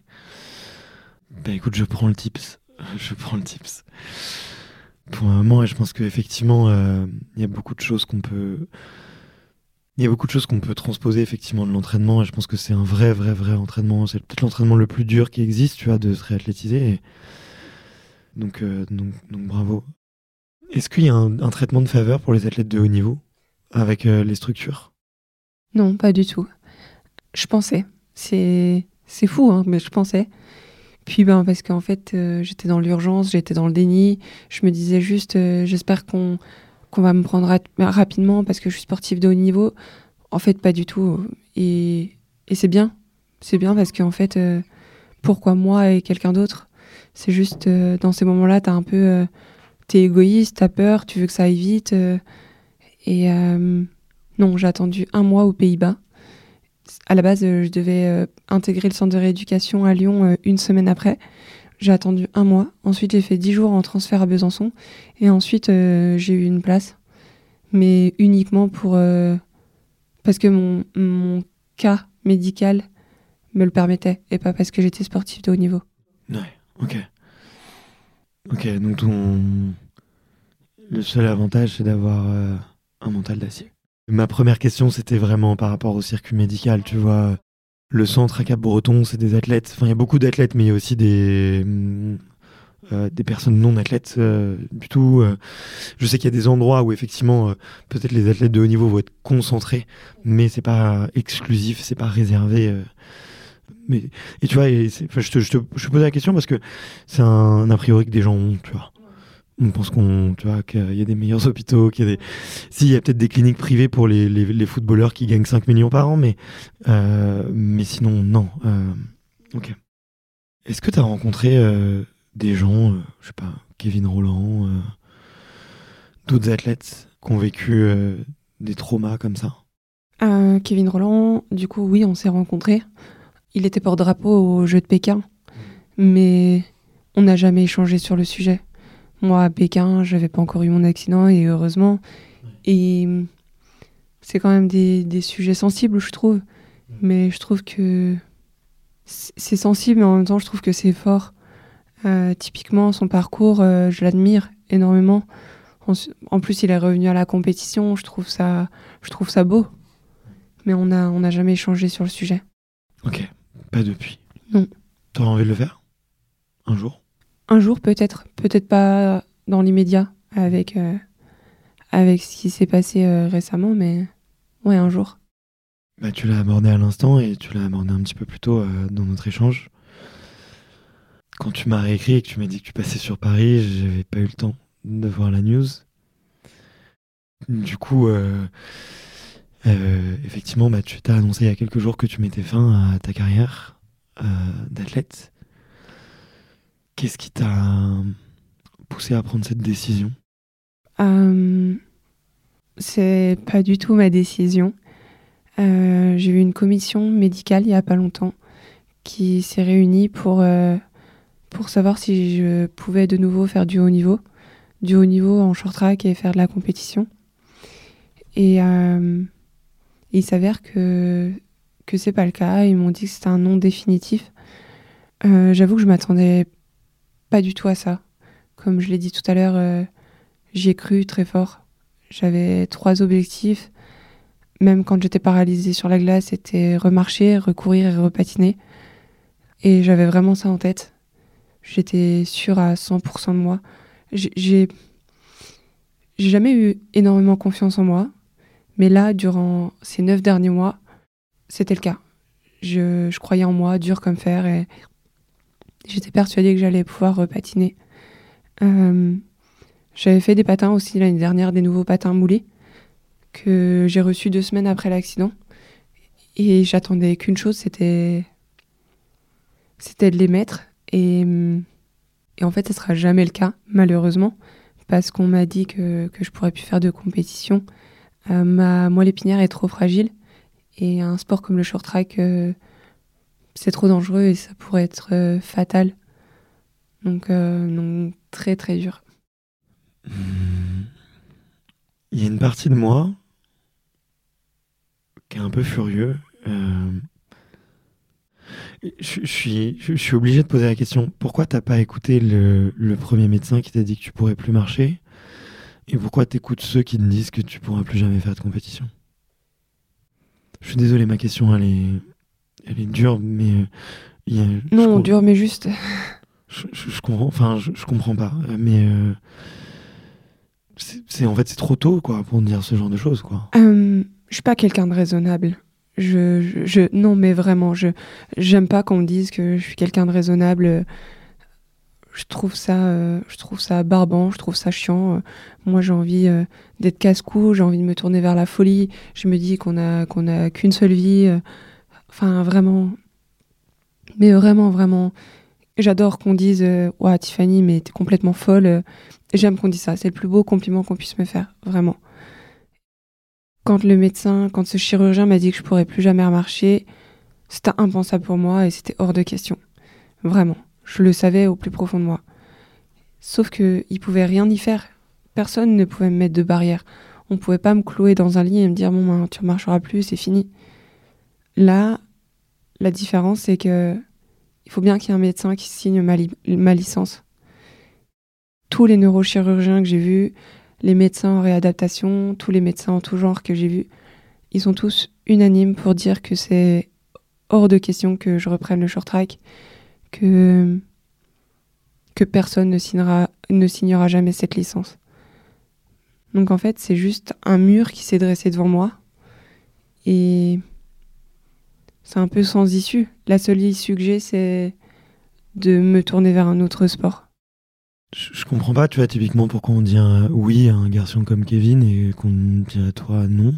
Écoute, je prends le tips. Pour un moment, je pense qu'effectivement, il y a beaucoup de choses qu'on peut transposer effectivement de l'entraînement, et je pense que c'est un vrai entraînement. C'est peut-être l'entraînement le plus dur qui existe, tu vois, de se réathlétiser. Et donc bravo. Est-ce qu'il y a un traitement de faveur pour les athlètes de haut niveau avec les structures? Non, pas du tout. Je pensais. C'est fou, hein, mais je pensais. Puis parce qu'en fait, j'étais dans l'urgence, j'étais dans le déni. Je me disais juste, j'espère qu'on va me prendre rapidement parce que je suis sportive de haut niveau. En fait, pas du tout. Et c'est bien. C'est bien parce qu'en fait, pourquoi moi et quelqu'un d'autre? C'est juste, dans ces moments-là, t'es égoïste, t'as peur, tu veux que ça aille vite. Non, j'ai attendu 1 mois aux Pays-Bas. À la base, je devais intégrer le centre de rééducation à Lyon 1 semaine après. J'ai attendu 1 mois. Ensuite, j'ai fait 10 jours en transfert à Besançon. Et ensuite, j'ai eu une place. Mais uniquement parce que mon cas médical me le permettait. Et pas parce que j'étais sportive de haut niveau. Ouais, ok. Ok, donc le seul avantage, c'est d'avoir un mental d'acier. Ma première question, c'était vraiment par rapport au circuit médical, tu vois. Le centre à Cap-Breton, c'est des athlètes. Enfin, il y a beaucoup d'athlètes, mais il y a aussi des personnes non athlètes du tout. Je sais qu'il y a des endroits où, effectivement, peut-être les athlètes de haut niveau vont être concentrés, mais c'est pas exclusif, c'est pas réservé. Et tu vois, je te pose la question parce que c'est un a priori que des gens ont, tu vois. On pense qu'il y a des meilleurs hôpitaux, qu'il y a des... Si, il y a peut-être des cliniques privées pour les footballeurs qui gagnent 5 millions par an, mais sinon, non. Ok. Est-ce que tu as rencontré des gens, je sais pas, Kevin Rolland, d'autres athlètes qui ont vécu des traumas comme ça? Kevin Rolland, du coup, oui, on s'est rencontrés. Il était porte-drapeau aux Jeux de Pékin, mais on n'a jamais échangé sur le sujet. Moi, à Pékin, j'avais pas encore eu mon accident, et heureusement. Et c'est quand même des sujets sensibles, je trouve. Mais je trouve que c'est sensible, mais en même temps, je trouve que c'est fort. Typiquement, son parcours, je l'admire énormément. En plus, il est revenu à la compétition. Je trouve ça beau. Mais on n'a jamais échangé sur le sujet. Ok, pas depuis. Non. T'aurais envie de le faire? Un jour? Un jour, peut-être. Peut-être pas dans l'immédiat, avec ce qui s'est passé récemment, mais ouais, un jour. Bah, tu l'as abordé à l'instant et tu l'as abordé un petit peu plus tôt dans notre échange. Quand tu m'as réécrit et que tu m'as dit que tu passais sur Paris, j'avais pas eu le temps de voir la news. Du coup, effectivement, bah, tu t'as annoncé il y a quelques jours que tu mettais fin à ta carrière d'athlète. Qu'est-ce qui t'a poussé à prendre cette décision? C'est pas du tout ma décision. J'ai eu une commission médicale il y a pas longtemps qui s'est réunie pour savoir si je pouvais de nouveau faire du haut niveau en short track et faire de la compétition. Et il s'avère que c'est pas le cas. Ils m'ont dit que c'était un non définitif. J'avoue que je m'attendais pas du tout à ça. Comme je l'ai dit tout à l'heure, j'y ai cru très fort. J'avais 3 objectifs. Même quand j'étais paralysée sur la glace, c'était remarcher, recourir et repatiner. Et j'avais vraiment ça en tête. J'étais sûre à 100% de moi. J'ai jamais eu énormément confiance en moi. Mais là, durant ces 9 derniers mois, c'était le cas. Je croyais en moi, dur comme fer, et j'étais persuadée que j'allais pouvoir repatiner. J'avais fait des patins aussi l'année dernière, des nouveaux patins moulés, que j'ai reçus 2 semaines après l'accident. Et j'attendais qu'une chose, c'était de les mettre. Et en fait, ça sera jamais le cas, malheureusement, parce qu'on m'a dit que je pourrais plus faire de compétition. Ma moelle épinière est trop fragile. Et un sport comme le short track, c'est trop dangereux et ça pourrait être fatal. Donc, très très dur. Il y a une partie de moi qui est un peu furieux. Je suis obligé de poser la question. Pourquoi t'as pas écouté le premier médecin qui t'a dit que tu pourrais plus marcher? Et pourquoi t'écoutes ceux qui te disent que tu pourras plus jamais faire de compétition? Je suis désolé, ma question, elle est dure, mais... dur, mais juste. Je comprends pas. Mais en fait, c'est trop tôt, quoi, pour dire ce genre de choses, quoi. Je suis pas quelqu'un de raisonnable. Non, mais vraiment, j'aime pas qu'on me dise que je suis quelqu'un de raisonnable. Je trouve ça barbant, je trouve ça chiant. Moi, j'ai envie d'être casse-cou, j'ai envie de me tourner vers la folie. Je me dis qu'on a qu'une seule vie. Enfin, vraiment. Mais vraiment, vraiment. J'adore qu'on dise « Ouah, Tiffany, mais t'es complètement folle. » J'aime qu'on dise ça. C'est le plus beau compliment qu'on puisse me faire, vraiment. Quand ce chirurgien m'a dit que je pourrais plus jamais remarcher, c'était impensable pour moi et c'était hors de question. Vraiment. Je le savais au plus profond de moi. Sauf qu'il pouvait rien y faire. Personne ne pouvait me mettre de barrière. On pouvait pas me clouer dans un lit et me dire « Bon, ben, tu ne marcheras plus, c'est fini. » Là, la différence, c'est que il faut bien qu'il y ait un médecin qui signe ma licence. Tous les neurochirurgiens que j'ai vus, les médecins en réadaptation, tous les médecins en tout genre que j'ai vus, ils sont tous unanimes pour dire que c'est hors de question que je reprenne le short track, que personne ne signera jamais cette licence. Donc en fait, c'est juste un mur qui s'est dressé devant moi et c'est un peu sans issue. La seule issue que j'ai, c'est de me tourner vers un autre sport. Je comprends pas, tu vois, typiquement pourquoi on dit oui à un garçon comme Kevin et qu'on dit à toi non.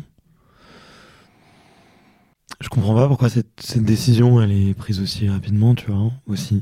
Je comprends pas pourquoi cette décision, elle est prise aussi rapidement, tu vois, aussi.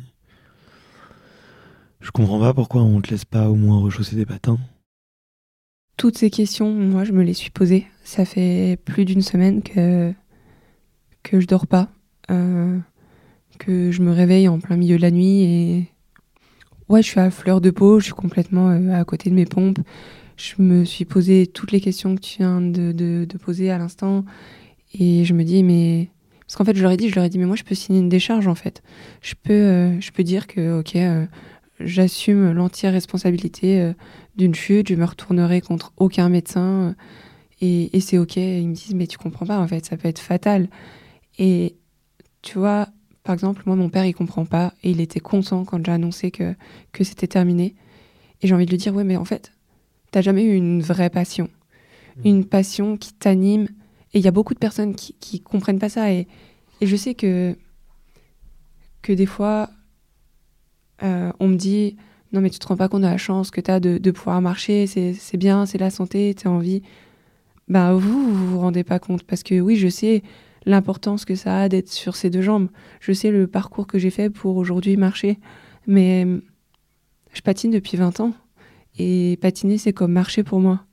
Je comprends pas pourquoi on te laisse pas au moins rechausser des patins. Toutes ces questions, moi, je me les suis posées. Ça fait plus d'une semaine que je dors pas, que je me réveille en plein milieu de la nuit et ouais, je suis à fleur de peau, je suis complètement à côté de mes pompes. Je me suis posé toutes les questions que tu viens de poser à l'instant et je me dis, mais... Parce qu'en fait, je leur ai dit, mais moi, je peux signer une décharge, en fait. Je peux dire que, ok, j'assume l'entière responsabilité d'une chute, je me retournerai contre aucun médecin et c'est ok. Et ils me disent, mais tu comprends pas, en fait, ça peut être fatal. Et tu vois, par exemple, moi, mon père, il comprend pas et il était content quand j'ai annoncé que c'était terminé. Et j'ai envie de lui dire, ouais, mais en fait, t'as jamais eu une vraie passion. Une passion qui t'anime. Et il y a beaucoup de personnes qui comprennent pas ça. Et je sais que des fois, on me dit, non, mais tu te rends pas compte de la chance que t'as de pouvoir marcher, c'est bien, c'est la santé, t'as envie. Bah, vous rendez pas compte. Parce que oui, je sais l'importance que ça a d'être sur ses deux jambes. Je sais le parcours que j'ai fait pour aujourd'hui marcher. Mais je patine depuis 20 ans. Et patiner, c'est comme marcher pour moi.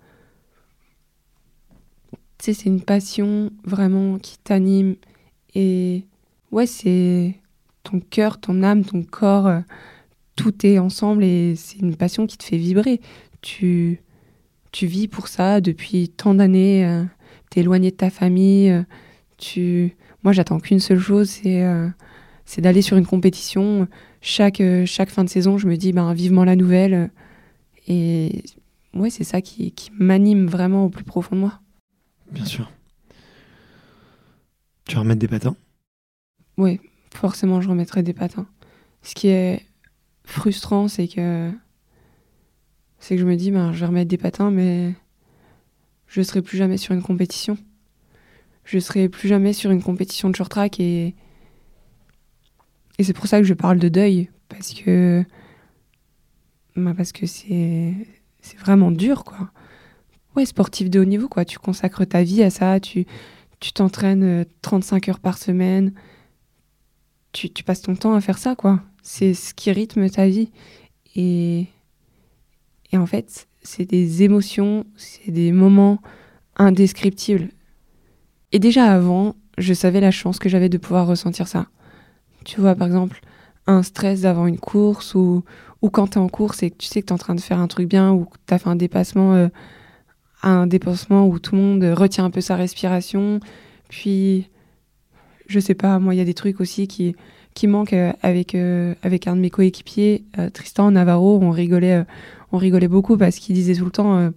Tu sais, c'est une passion vraiment qui t'anime. Et ouais, c'est ton cœur, ton âme, ton corps, tout est ensemble et c'est une passion qui te fait vibrer. Tu vis pour ça depuis tant d'années, t'es éloigné de ta famille. Moi, j'attends qu'une seule chose, c'est d'aller sur une compétition. Chaque fin de saison, je me dis, vivement la nouvelle. Et ouais, c'est ça qui m'anime vraiment au plus profond de moi. Bien sûr. Tu vas remettre des patins ? Oui, forcément, je remettrai des patins. Ce qui est frustrant, c'est que je me dis, je vais remettre des patins, mais je serai plus jamais sur une compétition. Je serai plus jamais sur une compétition de short track et c'est pour ça que je parle de deuil, parce que c'est vraiment dur, quoi. Ouais, sportif de haut niveau, quoi. Tu consacres ta vie à ça, tu t'entraînes 35 heures par semaine, tu passes ton temps à faire ça, quoi. C'est ce qui rythme ta vie. Et en fait, c'est des émotions, c'est des moments indescriptibles. Et déjà avant, je savais la chance que j'avais de pouvoir ressentir ça. Tu vois, par exemple, un stress d'avant une course ou quand t'es en course et que tu sais que t'es en train de faire un truc bien ou que t'as fait un dépassement où tout le monde retient un peu sa respiration. Puis, je sais pas, moi, il y a des trucs aussi qui manquent avec un de mes coéquipiers, Tristan Navarro. On rigolait beaucoup parce qu'il disait tout le temps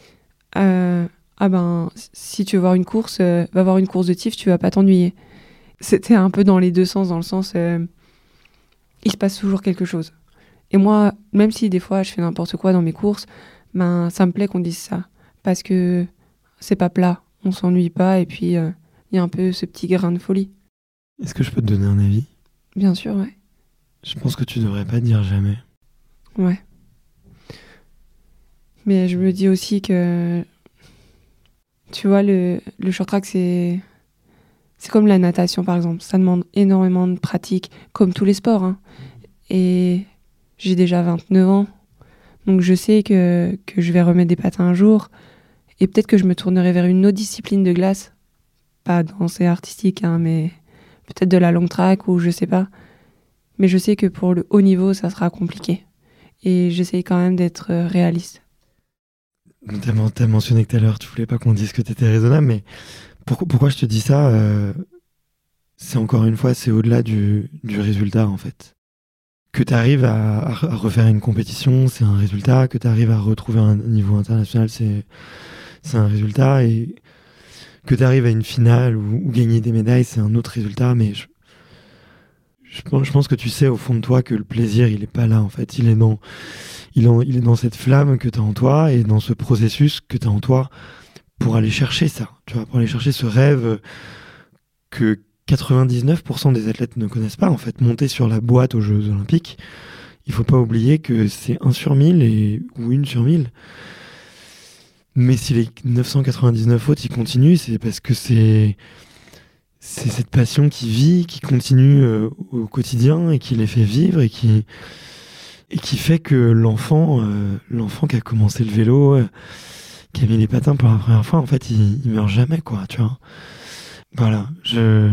si tu veux voir une course, va voir une course de tif, tu vas pas t'ennuyer. C'était un peu dans les deux sens, dans le sens il se passe toujours quelque chose. Et moi, même si des fois je fais n'importe quoi dans mes courses, ça me plaît qu'on dise ça. Parce que c'est pas plat, on s'ennuie pas, et puis il y a un peu ce petit grain de folie. Est-ce que je peux te donner un avis ? Bien sûr, ouais. Je pense que tu devrais pas dire jamais. Ouais. Mais je me dis aussi que, tu vois, le short track, c'est comme la natation, par exemple. Ça demande énormément de pratique, comme tous les sports, hein. Et j'ai déjà 29 ans, donc je sais que je vais remettre des patins un jour. Et peut-être que je me tournerai vers une autre discipline de glace. Pas danser artistique, hein, mais peut-être de la long track ou je sais pas. Mais je sais que pour le haut niveau, ça sera compliqué. Et j'essaye quand même d'être réaliste. T'as mentionné que tout à l'heure, tu voulais pas qu'on dise que t'étais raisonnable, mais pourquoi je te dis ça c'est encore une fois, c'est au-delà du résultat, en fait. Que t'arrives à refaire une compétition, c'est un résultat. Que t'arrives à retrouver un niveau international, c'est un résultat. Et que t'arrives à une finale ou gagner des médailles, c'est un autre résultat. Mais je pense que tu sais au fond de toi que le plaisir, il est pas là, en fait. Il est dans cette flamme que t'as en toi et dans ce processus que t'as en toi pour aller chercher ça. Tu vois, pour aller chercher ce rêve que 99% des athlètes ne connaissent pas, en fait. Monter sur la boîte aux Jeux Olympiques, il faut pas oublier que c'est 1 sur 1000 ou 1 sur 1000. Mais si les 999 autres, ils continuent, c'est parce que c'est cette passion qui vit, qui continue au quotidien et qui les fait vivre et qui fait que l'enfant qui a commencé le vélo, qui a mis les patins pour la première fois, en fait, il meurt jamais, quoi, tu vois. Voilà, je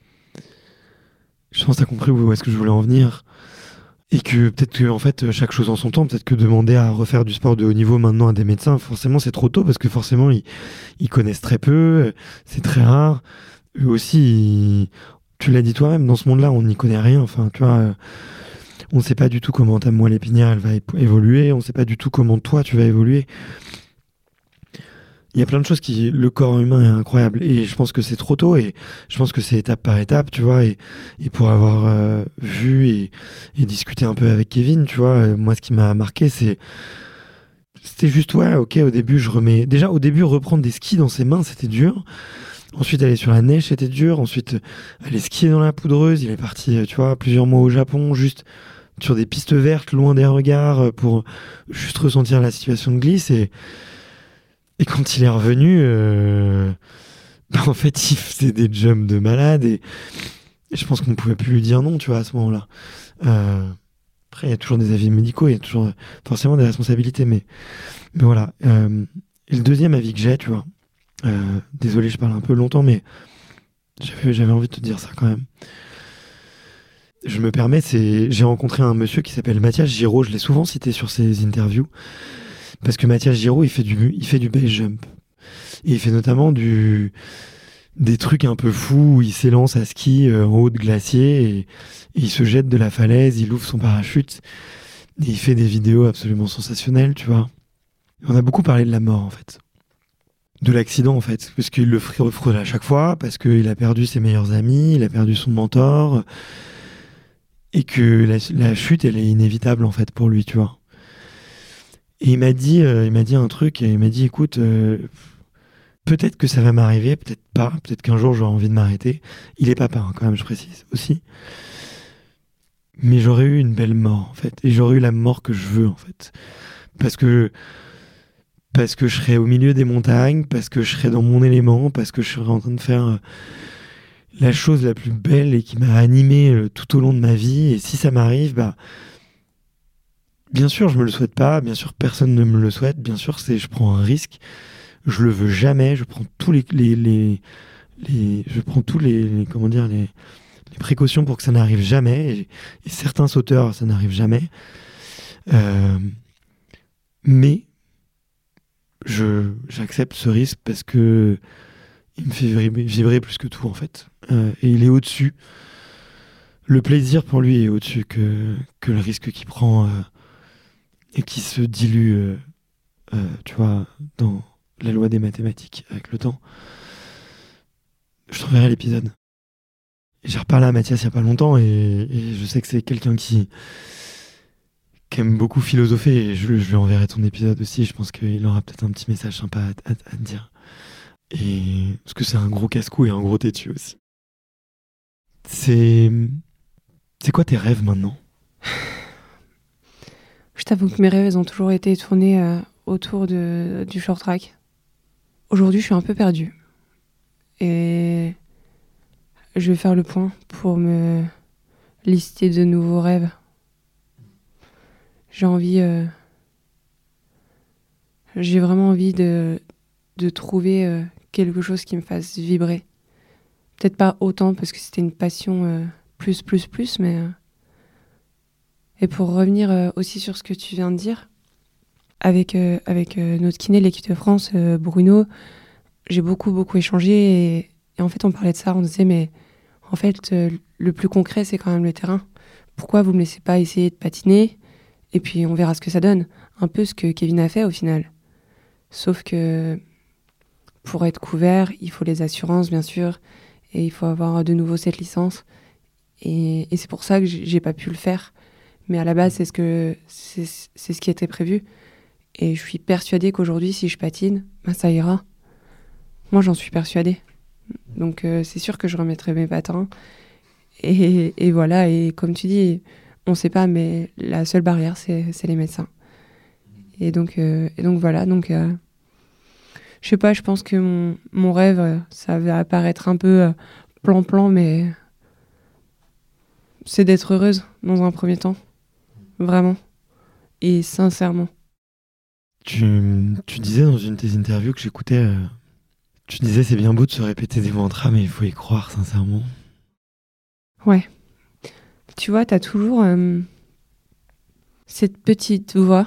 pense que t'as compris où est-ce que je voulais en venir. Et que peut-être que, en fait, chaque chose en son temps, peut-être que demander à refaire du sport de haut niveau maintenant à des médecins, forcément, c'est trop tôt, parce que forcément, ils connaissent très peu, c'est très rare. Eux aussi, tu l'as dit toi-même, dans ce monde-là, on n'y connaît rien. Enfin, tu vois, on ne sait pas du tout comment ta moelle épinière, elle va évoluer, on ne sait pas du tout comment toi, tu vas évoluer. Il y a plein de choses le corps humain est incroyable et je pense que c'est trop tôt et je pense que c'est étape par étape, tu vois, et pour avoir vu et discuté un peu avec Kevin, tu vois, moi ce qui m'a marqué c'était juste, ouais, ok, au début reprendre des skis dans ses mains, c'était dur. Ensuite aller sur la neige, c'était dur. Ensuite aller skier dans la poudreuse, il est parti, tu vois, plusieurs mois au Japon, juste sur des pistes vertes, loin des regards, pour juste ressentir la situation de glisse et quand il est revenu, en fait, il faisait des jumps de malade et je pense qu'on ne pouvait plus lui dire non, tu vois, à ce moment-là. Après, il y a toujours des avis médicaux, il y a toujours forcément des responsabilités, mais voilà. Et le deuxième avis que j'ai, tu vois, désolé, je parle un peu longtemps, mais j'avais envie de te dire ça quand même. Je me permets, j'ai rencontré un monsieur qui s'appelle Mathias Giraud, je l'ai souvent cité sur ses interviews. Parce que Mathias Giraud, il fait du base jump. Et il fait notamment des trucs un peu fous où il s'élance à ski en haut de glacier et il se jette de la falaise, il ouvre son parachute et il fait des vidéos absolument sensationnelles, tu vois. On a beaucoup parlé de la mort, en fait. De l'accident, en fait. Parce qu'il le frôle à chaque fois, parce qu'il a perdu ses meilleurs amis, il a perdu son mentor et que la chute, elle est inévitable, en fait, pour lui, tu vois. Et il m'a dit un truc, et il m'a dit, écoute, peut-être que ça va m'arriver, peut-être pas, peut-être qu'un jour j'aurai envie de m'arrêter. Il est papa, hein, quand même, je précise aussi. Mais j'aurais eu une belle mort, en fait. Et j'aurais eu la mort que je veux, en fait. Parce que je serais au milieu des montagnes, parce que je serais dans mon élément, parce que je serais en train de faire la chose la plus belle et qui m'a animé tout au long de ma vie. Et si ça m'arrive, bien sûr, je me le souhaite pas. Bien sûr, personne ne me le souhaite. Bien sûr, je prends un risque. Je le veux jamais. Je prends tous les précautions pour que ça n'arrive jamais. Et certains sauteurs, ça n'arrive jamais. Mais j'accepte ce risque parce que il me fait vibrer plus que tout, en fait. Et il est au-dessus. Le plaisir pour lui est au-dessus que le risque qu'il prend et qui se dilue, tu vois, dans la loi des mathématiques avec le temps. Je t'enverrai l'épisode. J'ai reparlé à Mathias il n'y a pas longtemps et je sais que c'est quelqu'un qui aime beaucoup philosopher et je lui enverrai ton épisode aussi. Je pense qu'il aura peut-être un petit message sympa à te dire. Et parce que c'est un gros casse-cou et un gros têtu aussi. C'est quoi tes rêves maintenant ? Je t'avoue que mes rêves, ils ont toujours été tournés autour du short track. Aujourd'hui, je suis un peu perdue. Et je vais faire le point pour me lister de nouveaux rêves. J'ai vraiment envie de trouver quelque chose qui me fasse vibrer. Peut-être pas autant parce que c'était une passion plus, mais... Et pour revenir aussi sur ce que tu viens de dire, avec notre kiné de l'équipe de France, Bruno, j'ai beaucoup échangé et en fait on parlait de ça, on disait mais en fait le plus concret c'est quand même le terrain. Pourquoi vous me laissez pas essayer de patiner et puis on verra ce que ça donne. Un peu ce que Kevin a fait au final. Sauf que pour être couvert, il faut les assurances bien sûr et il faut avoir de nouveau cette licence et c'est pour ça que j'ai pas pu le faire. Mais à la base, c'est ce qui était prévu. Et je suis persuadée qu'aujourd'hui, si je patine, ça ira. Moi, j'en suis persuadée. Donc, c'est sûr que je remettrai mes patins. Et voilà, et comme tu dis, on sait pas, mais la seule barrière, c'est les médecins. Et donc voilà. Donc, je sais pas, je pense que mon rêve, ça va apparaître un peu plan-plan, mais c'est d'être heureuse dans un premier temps. Vraiment. Et sincèrement. Tu disais dans une de tes interviews que j'écoutais, tu disais c'est bien beau de se répéter des mantras, mais il faut y croire sincèrement. Ouais. Tu vois, t'as toujours cette petite voix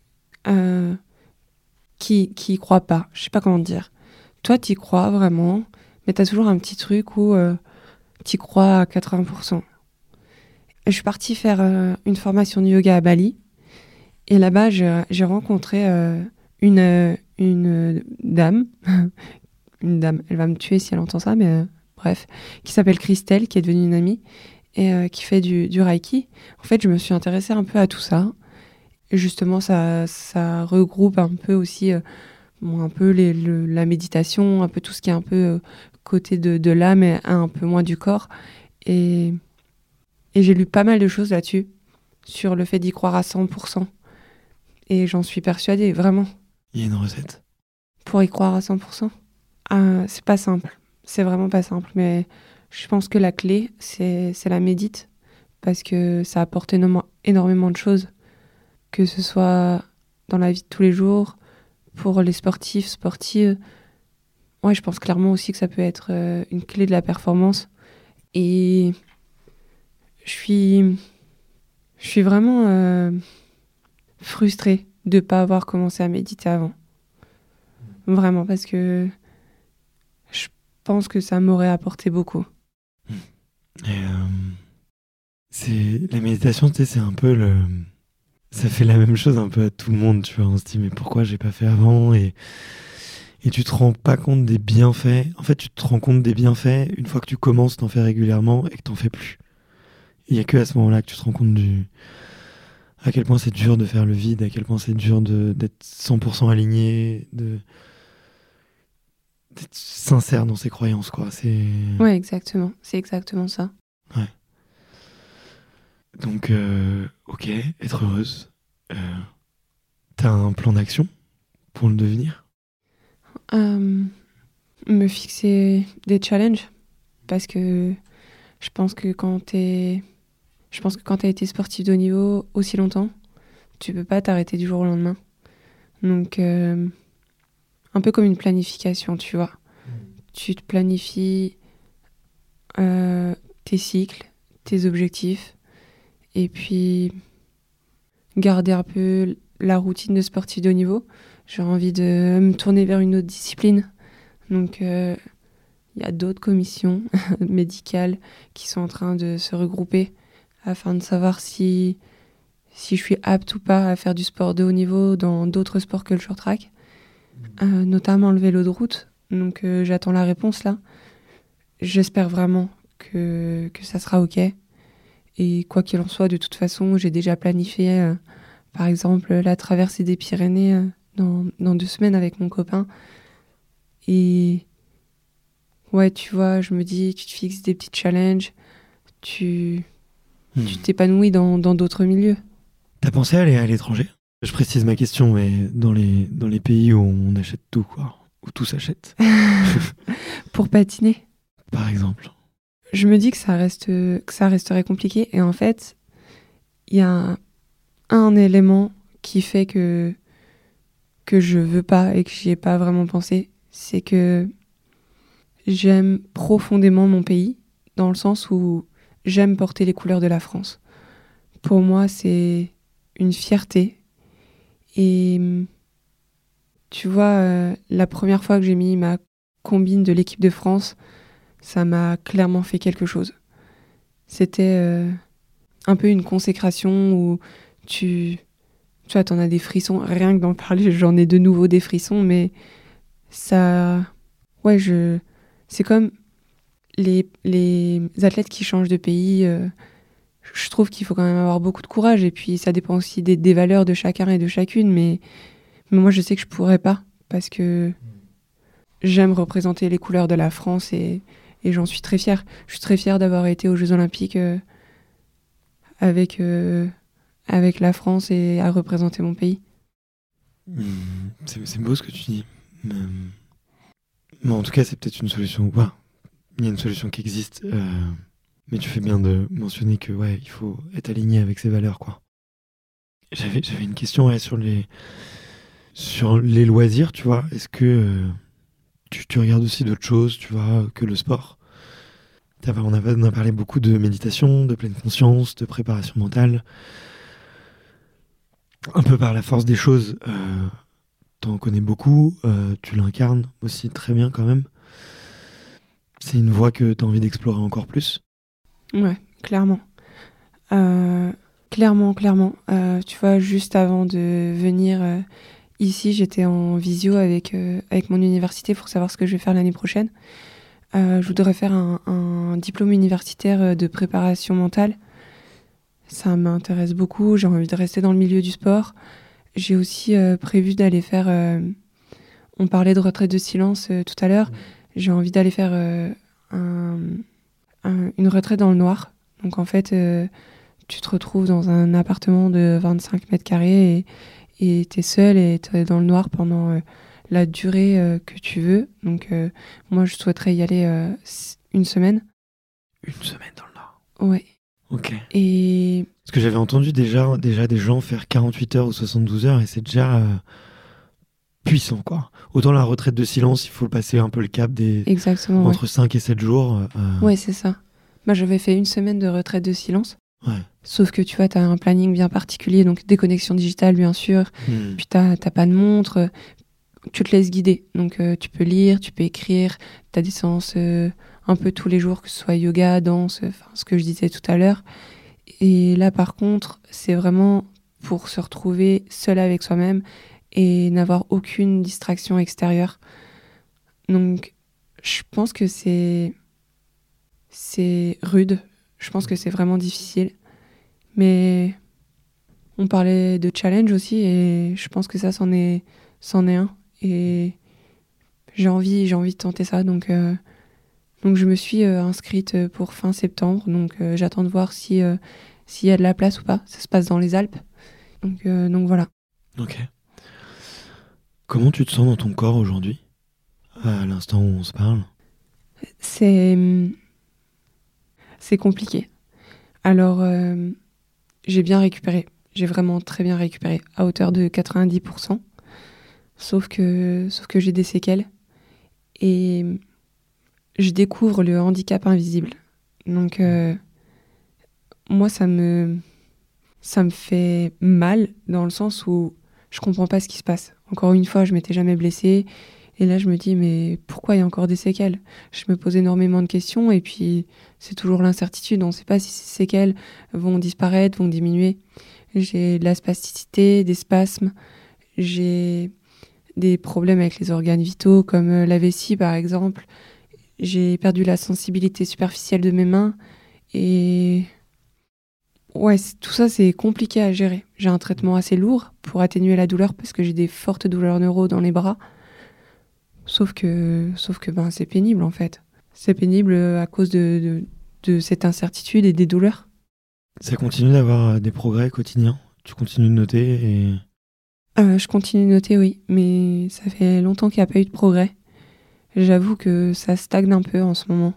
qui y croit pas. Je sais pas comment te dire. Toi, t'y crois vraiment, mais t'as toujours un petit truc où t'y crois à 80%. Et je suis partie faire une formation de yoga à Bali. Et là-bas, j'ai rencontré une dame. Une dame, elle va me tuer si elle entend ça, mais bref, qui s'appelle Christelle, qui est devenue une amie, et qui fait du Reiki. En fait, je me suis intéressée un peu à tout ça. Et justement, ça regroupe un peu aussi un peu la méditation, un peu tout ce qui est un peu côté de l'âme et un peu moins du corps. Et j'ai lu pas mal de choses là-dessus, sur le fait d'y croire à 100%. Et j'en suis persuadée, vraiment. Il y a une recette Pour y croire à 100%, c'est pas simple. C'est vraiment pas simple. Mais je pense que la clé, c'est la médite. Parce que ça apporte énormément de choses. Que ce soit dans la vie de tous les jours, pour les sportives. Ouais, je pense clairement aussi que ça peut être une clé de la performance. Et je suis vraiment frustrée de ne pas avoir commencé à méditer avant. Vraiment, parce que je pense que ça m'aurait apporté beaucoup. Et la méditation, tu sais, c'est un peu ça fait la même chose un peu à tout le monde, tu vois. On se dit, mais pourquoi j'ai pas fait avant et tu te rends pas compte des bienfaits. En fait, tu te rends compte des bienfaits une fois que tu commences, t'en fais régulièrement et que t'en fais plus. Il y a que à ce moment-là que tu te rends compte à quel point c'est dur de faire le vide, à quel point c'est dur d'être 100% aligné, d'être sincère dans ses croyances, quoi. Ouais, exactement. C'est exactement ça. Ouais. Donc, ok, être heureuse. T'as un plan d'action pour le devenir ? Me fixer des challenges. Parce que je pense que quand t'as été sportif de haut niveau aussi longtemps, tu peux pas t'arrêter du jour au lendemain. Donc, un peu comme une planification, tu vois. Tu te planifies tes cycles, tes objectifs, et puis garder un peu la routine de sportif de haut niveau. J'ai envie de me tourner vers une autre discipline. Donc, il y a d'autres commissions médicales qui sont en train de se regrouper afin de savoir si je suis apte ou pas à faire du sport de haut niveau dans d'autres sports que le short track, notamment le vélo de route. Donc j'attends la réponse là. J'espère vraiment que ça sera ok. Et quoi qu'il en soit, de toute façon, j'ai déjà planifié, par exemple, la traversée des Pyrénées dans 2 semaines avec mon copain. Et ouais, tu vois, je me dis, tu te fixes des petits challenges, tu t'épanouis dans d'autres milieux. T'as pensé à aller à l'étranger ? Je précise ma question, mais dans les pays où on achète tout, quoi. Où tout s'achète. Pour patiner. Par exemple. Je me dis que ça resterait compliqué. Et en fait, il y a un élément qui fait que je veux pas et que j'y ai pas vraiment pensé. C'est que j'aime profondément mon pays, dans le sens où j'aime porter les couleurs de la France. Pour moi, c'est une fierté. Et tu vois, la première fois que j'ai mis ma combine de l'équipe de France, ça m'a clairement fait quelque chose. C'était un peu une consécration où tu vois, t'en as des frissons. Rien que d'en parler, j'en ai de nouveau des frissons, mais ça... Ouais, c'est comme les athlètes qui changent de pays. Je trouve qu'il faut quand même avoir beaucoup de courage, et puis ça dépend aussi des valeurs de chacun et de chacune, mais moi je sais que je pourrais pas, parce que j'aime représenter les couleurs de la France, et j'en suis très fière. Je suis très fière d'avoir été aux Jeux Olympiques avec la France et à représenter mon pays. C'est beau ce que tu dis. Mais en tout cas, c'est peut-être une solution ou pas. Il y a une solution qui existe. Mais tu fais bien de mentionner que il faut être aligné avec ses valeurs, quoi. J'avais une question sur les loisirs, tu vois. Est-ce que tu regardes aussi d'autres choses, tu vois, que le sport? On a parlé beaucoup de méditation, de pleine conscience, de préparation mentale. Un peu par la force des choses, t'en connais beaucoup, tu l'incarnes aussi très bien quand même. C'est une voie que t'as envie d'explorer encore plus? Ouais, clairement. Clairement. Tu vois, juste avant de venir ici, j'étais en visio avec mon université pour savoir ce que je vais faire l'année prochaine. Je voudrais faire un diplôme universitaire de préparation mentale. Ça m'intéresse beaucoup, j'ai envie de rester dans le milieu du sport. J'ai aussi prévu d'aller faire... on parlait de retraite de silence tout à l'heure. J'ai envie d'aller faire une retraite dans le noir. Donc en fait, tu te retrouves dans un appartement de 25 mètres carrés et t'es seul et t'es dans le noir pendant la durée que tu veux. Donc moi, je souhaiterais y aller une semaine. Une semaine dans le noir? Ouais. Ok. Et... Parce que j'avais entendu déjà des gens faire 48 heures ou 72 heures et c'est déjà puissant, quoi. Autant la retraite de silence, il faut passer un peu le cap des... Exactement, entre 5 et 7 jours. Ouais, c'est ça. Moi, j'avais fait une semaine de retraite de silence. Ouais. Sauf que tu vois, t'as un planning bien particulier, donc déconnexion digitale, bien sûr. Puis t'as pas de montre. Tu te laisses guider. Donc tu peux lire, tu peux écrire. T'as des séances un peu tous les jours, que ce soit yoga, danse, ce que je disais tout à l'heure. Et là, par contre, c'est vraiment pour se retrouver seul avec soi-même et n'avoir aucune distraction extérieure. Donc, je pense que c'est rude. Je pense que c'est vraiment difficile. Mais on parlait de challenge aussi et je pense que ça, c'en est un. Et j'ai envie de tenter ça. Donc je me suis inscrite pour fin septembre. Donc j'attends de voir s'il y a de la place ou pas. Ça se passe dans les Alpes. Donc voilà. Ok. Comment tu te sens dans ton corps aujourd'hui, à l'instant où on se parle? C'est compliqué. Alors, j'ai bien récupéré. J'ai vraiment très bien récupéré, à hauteur de 90%. Sauf que j'ai des séquelles. Et je découvre le handicap invisible. Donc, moi, ça me fait mal dans le sens où je comprends pas ce qui se passe. Encore une fois, je m'étais jamais blessée. Et là, je me dis, mais pourquoi il y a encore des séquelles? Je me pose énormément de questions et puis c'est toujours l'incertitude. On ne sait pas si ces séquelles vont disparaître, vont diminuer. J'ai de la spasticité, des spasmes. J'ai des problèmes avec les organes vitaux, comme la vessie, par exemple. J'ai perdu la sensibilité superficielle de mes mains. Et ouais, tout ça, c'est compliqué à gérer. J'ai un traitement assez lourd pour atténuer la douleur parce que j'ai des fortes douleurs neuro dans les bras. Sauf que c'est pénible, en fait. C'est pénible à cause de cette incertitude et des douleurs. Ça continue d'avoir des progrès quotidiens? Tu continues de noter et... Je continue de noter, oui. Mais ça fait longtemps qu'il n'y a pas eu de progrès. J'avoue que ça stagne un peu en ce moment.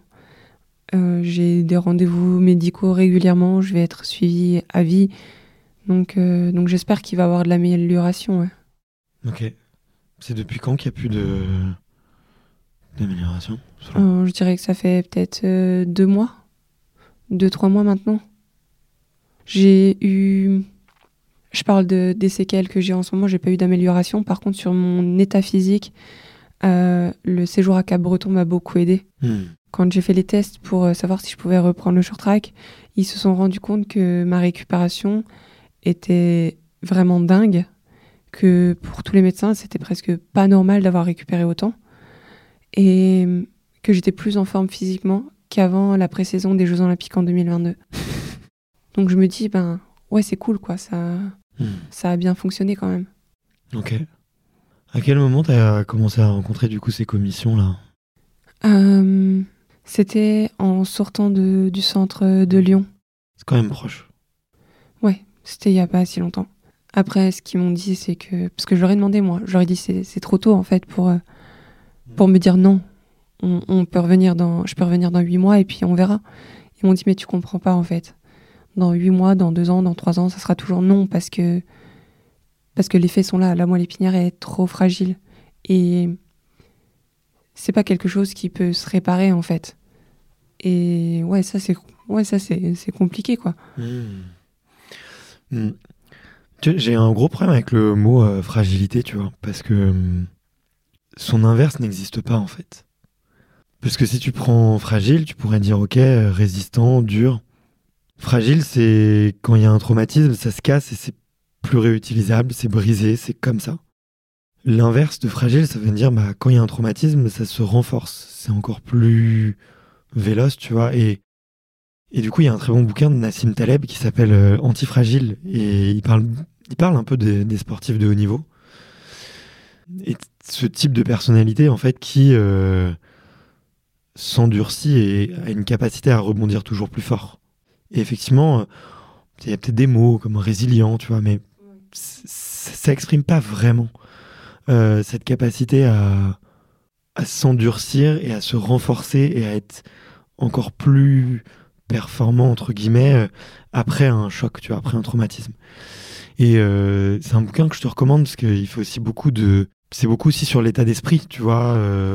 J'ai des rendez-vous médicaux régulièrement. Je vais être suivie à vie. Donc j'espère qu'il va y avoir de l'amélioration, ouais. Ok. C'est depuis quand qu'il n'y a plus d'amélioration? Je dirais que ça fait peut-être 2 mois. 2-3 mois maintenant. Je parle des séquelles que j'ai en ce moment, j'ai pas eu d'amélioration. Par contre, sur mon état physique, le séjour à Cap-Breton m'a beaucoup aidé. Quand j'ai fait les tests pour savoir si je pouvais reprendre le short track, ils se sont rendus compte que ma récupération était vraiment dingue, que pour tous les médecins, c'était presque pas normal d'avoir récupéré autant, et que j'étais plus en forme physiquement qu'avant la pré-saison des Jeux Olympiques en 2022. Donc je me dis, ouais, c'est cool, quoi, ça a bien fonctionné quand même. Ok. À quel moment t'as commencé à rencontrer du coup ces commissions-là? C'était en sortant du centre de Lyon. C'est quand même proche. Ouais, c'était il y a pas si longtemps. Après, ce qu'ils m'ont dit, c'est que... Parce que je leur ai demandé, moi. Je leur ai dit, c'est trop tôt, en fait, pour me dire non. Je peux revenir dans 8 mois et puis on verra. Ils m'ont dit, mais tu comprends pas, en fait. Dans 8 mois, dans 2 ans, dans 3 ans, ça sera toujours non parce que les faits sont là. La moelle épinière est trop fragile. Et c'est pas quelque chose qui peut se réparer, en fait. Et ouais, ça, c'est compliqué, quoi. J'ai un gros problème avec le mot fragilité, tu vois, parce que son inverse n'existe pas, en fait. Parce que si tu prends fragile, tu pourrais dire, ok, résistant, dur. Fragile, c'est quand il y a un traumatisme, ça se casse et c'est plus réutilisable, c'est brisé, c'est comme ça. L'inverse de fragile, ça veut dire, quand il y a un traumatisme, ça se renforce. C'est encore plus véloce, tu vois. Et du coup, il y a un très bon bouquin de Nassim Taleb qui s'appelle Antifragile. Et il parle un peu des sportifs de haut niveau. Et ce type de personnalité, en fait, qui s'endurcit et a une capacité à rebondir toujours plus fort. Et effectivement, il y a peut-être des mots comme résilient, tu vois, mais ça exprime pas vraiment cette capacité à s'endurcir et à se renforcer et à être encore plus performant, entre guillemets, après un choc, tu vois, après un traumatisme. Et c'est un bouquin que je te recommande parce qu'il fait aussi c'est beaucoup aussi sur l'état d'esprit, tu vois,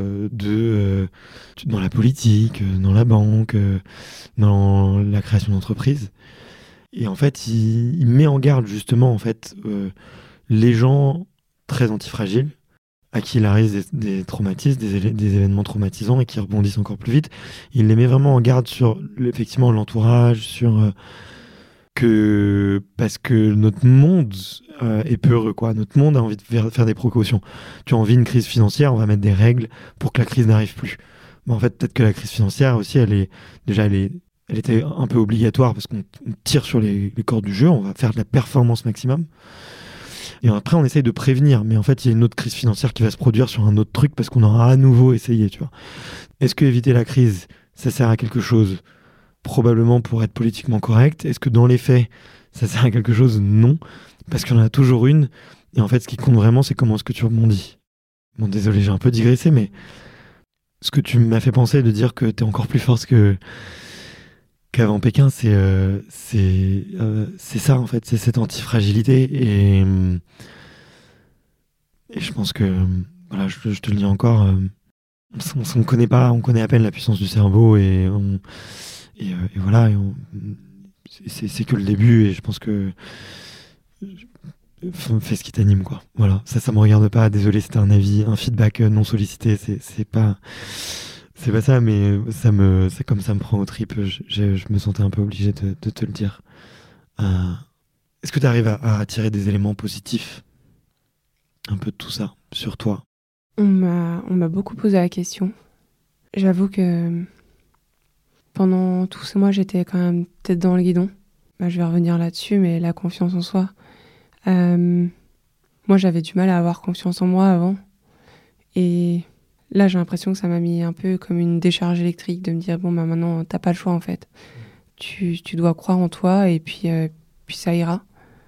dans la politique, dans la banque, dans la création d'entreprises. Et en fait, il met en garde justement, en fait, les gens très antifragiles, à qui il arrive des traumatismes, des événements traumatisants et qui rebondissent encore plus vite. Il les met vraiment en garde sur, effectivement, l'entourage, sur... parce que notre monde est peureux, quoi. Notre monde a envie de faire des précautions. Tu as envie d'une crise financière, on va mettre des règles pour que la crise n'arrive plus. Mais en fait, peut-être que la crise financière aussi, elle était un peu obligatoire parce qu'on tire sur les cordes du jeu, on va faire de la performance maximum. Et après, on essaye de prévenir. Mais en fait, il y a une autre crise financière qui va se produire sur un autre truc parce qu'on aura à nouveau essayé, tu vois. Est-ce que éviter la crise, ça sert à quelque chose ? Probablement pour être politiquement correct. Est-ce que dans les faits, ça sert à quelque chose ? Non. Parce qu'il y en a toujours une. Et en fait, ce qui compte vraiment, c'est comment est-ce que tu rebondis. Bon, désolé, j'ai un peu digressé, mais ce que tu m'as fait penser de dire que t'es encore plus forte qu'avant Pékin, c'est ça, en fait. C'est cette antifragilité. Et je pense que, voilà, je te le dis encore, on connaît pas, on connaît à peine la puissance du cerveau et voilà, c'est que le début et je pense que fais ce qui t'anime, quoi. Voilà, ça me regarde pas, désolé, c'était un avis, un feedback non sollicité, c'est pas ça, mais c'est comme ça me prend aux tripes, je me sentais un peu obligé de te le dire. Est-ce que tu arrives à tirer des éléments positifs un peu de tout ça sur toi? On m'a beaucoup posé la question. J'avoue que pendant tous ces mois, j'étais quand même tête dans le guidon. Je vais revenir là-dessus, mais la confiance en soi. Moi, j'avais du mal à avoir confiance en moi avant. Et là, j'ai l'impression que ça m'a mis un peu comme une décharge électrique de me dire, bon, maintenant, t'as pas le choix, en fait. Tu dois croire en toi et puis ça ira.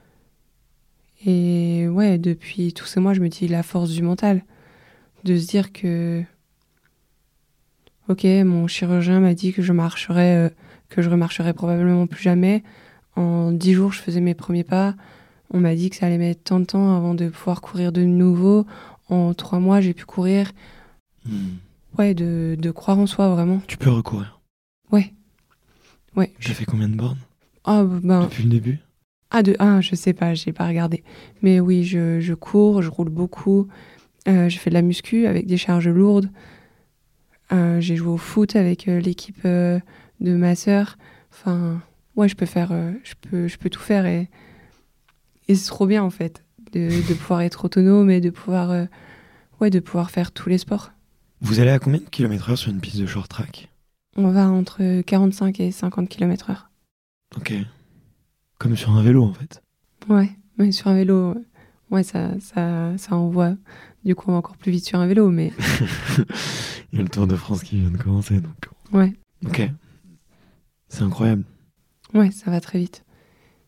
Et ouais, depuis tous ces mois, je me dis la force du mental. De se dire que ok, mon chirurgien m'a dit que je remarcherais probablement plus jamais. En 10 jours, je faisais mes premiers pas. On m'a dit que ça allait mettre tant de temps avant de pouvoir courir de nouveau. En 3 mois, j'ai pu courir. Ouais, de croire en soi, vraiment. Tu peux recourir? Ouais. T'as fait combien de bornes? Depuis le début? Je sais pas, j'ai pas regardé. Mais oui, je cours, je roule beaucoup. J'ai fait de la muscu avec des charges lourdes. J'ai joué au foot avec l'équipe de ma sœur. Enfin, ouais, je peux tout faire et c'est trop bien en fait de pouvoir être autonome et de pouvoir faire tous les sports. Vous allez à combien de kilomètres/heure sur une piste de short track? On va entre 45 et 50 km/h. Ok. Comme sur un vélo en fait. Ouais, sur un vélo, ouais, ça envoie. Du coup, on va encore plus vite sur un vélo, mais... Il y a le Tour de France qui vient de commencer, donc... Ouais. Ok. C'est incroyable. Ouais, ça va très vite.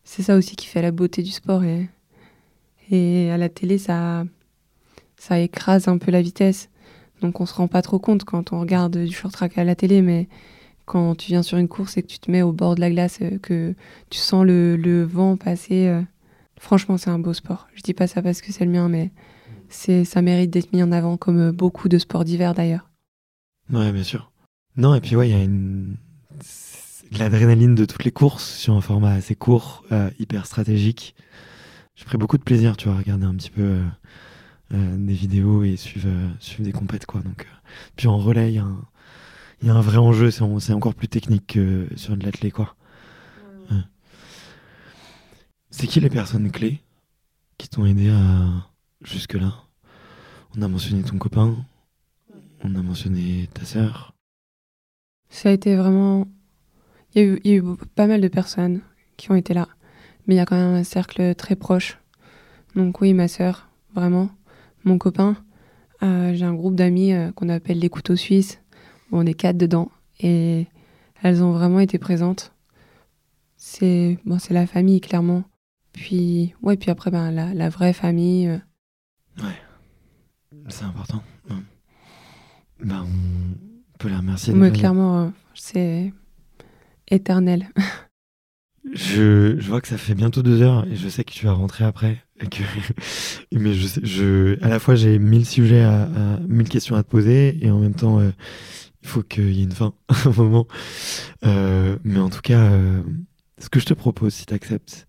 c'est ça aussi qui fait la beauté du sport. Et à la télé, ça écrase un peu la vitesse. Donc on se rend pas trop compte quand on regarde du short track à la télé, mais quand tu viens sur une course et que tu te mets au bord de la glace, que tu sens le vent passer, franchement c'est un beau sport. Je dis pas ça parce que c'est le mien, mais ça mérite d'être mis en avant comme beaucoup de sports d'hiver d'ailleurs. Ouais, bien sûr. Non, et puis ouais, il y a l'adrénaline de toutes les courses sur un format assez court, hyper stratégique. J'ai pris beaucoup de plaisir, tu vois, à regarder un petit peu des vidéos et suivre des compètes, quoi. Donc, puis en relais, il y a un vrai enjeu, c'est encore plus technique que sur de l'athlé, quoi. Ouais. C'est qui les personnes clés qui t'ont aidé jusque-là? On a mentionné ton copain, on a mentionné ta sœur. Ça a été vraiment... Il y a eu pas mal de personnes qui ont été là, mais il y a quand même un cercle très proche. Donc oui, ma sœur, vraiment. Mon copain, j'ai un groupe d'amis qu'on appelle les couteaux suisses. Bon, on est 4 dedans et elles ont vraiment été présentes. C'est la famille, clairement. Puis après, la vraie famille. Ouais, c'est important. Ouais. On peut les remercier. Mais clairement, c'est éternel. Je vois que ça fait bientôt 2 heures et je sais que tu vas rentrer après. Mais à la fois j'ai 1000 sujets 1000 questions à te poser et en même temps il faut qu'il y ait une fin à un moment. Mais en tout cas, ce que je te propose, si tu acceptes,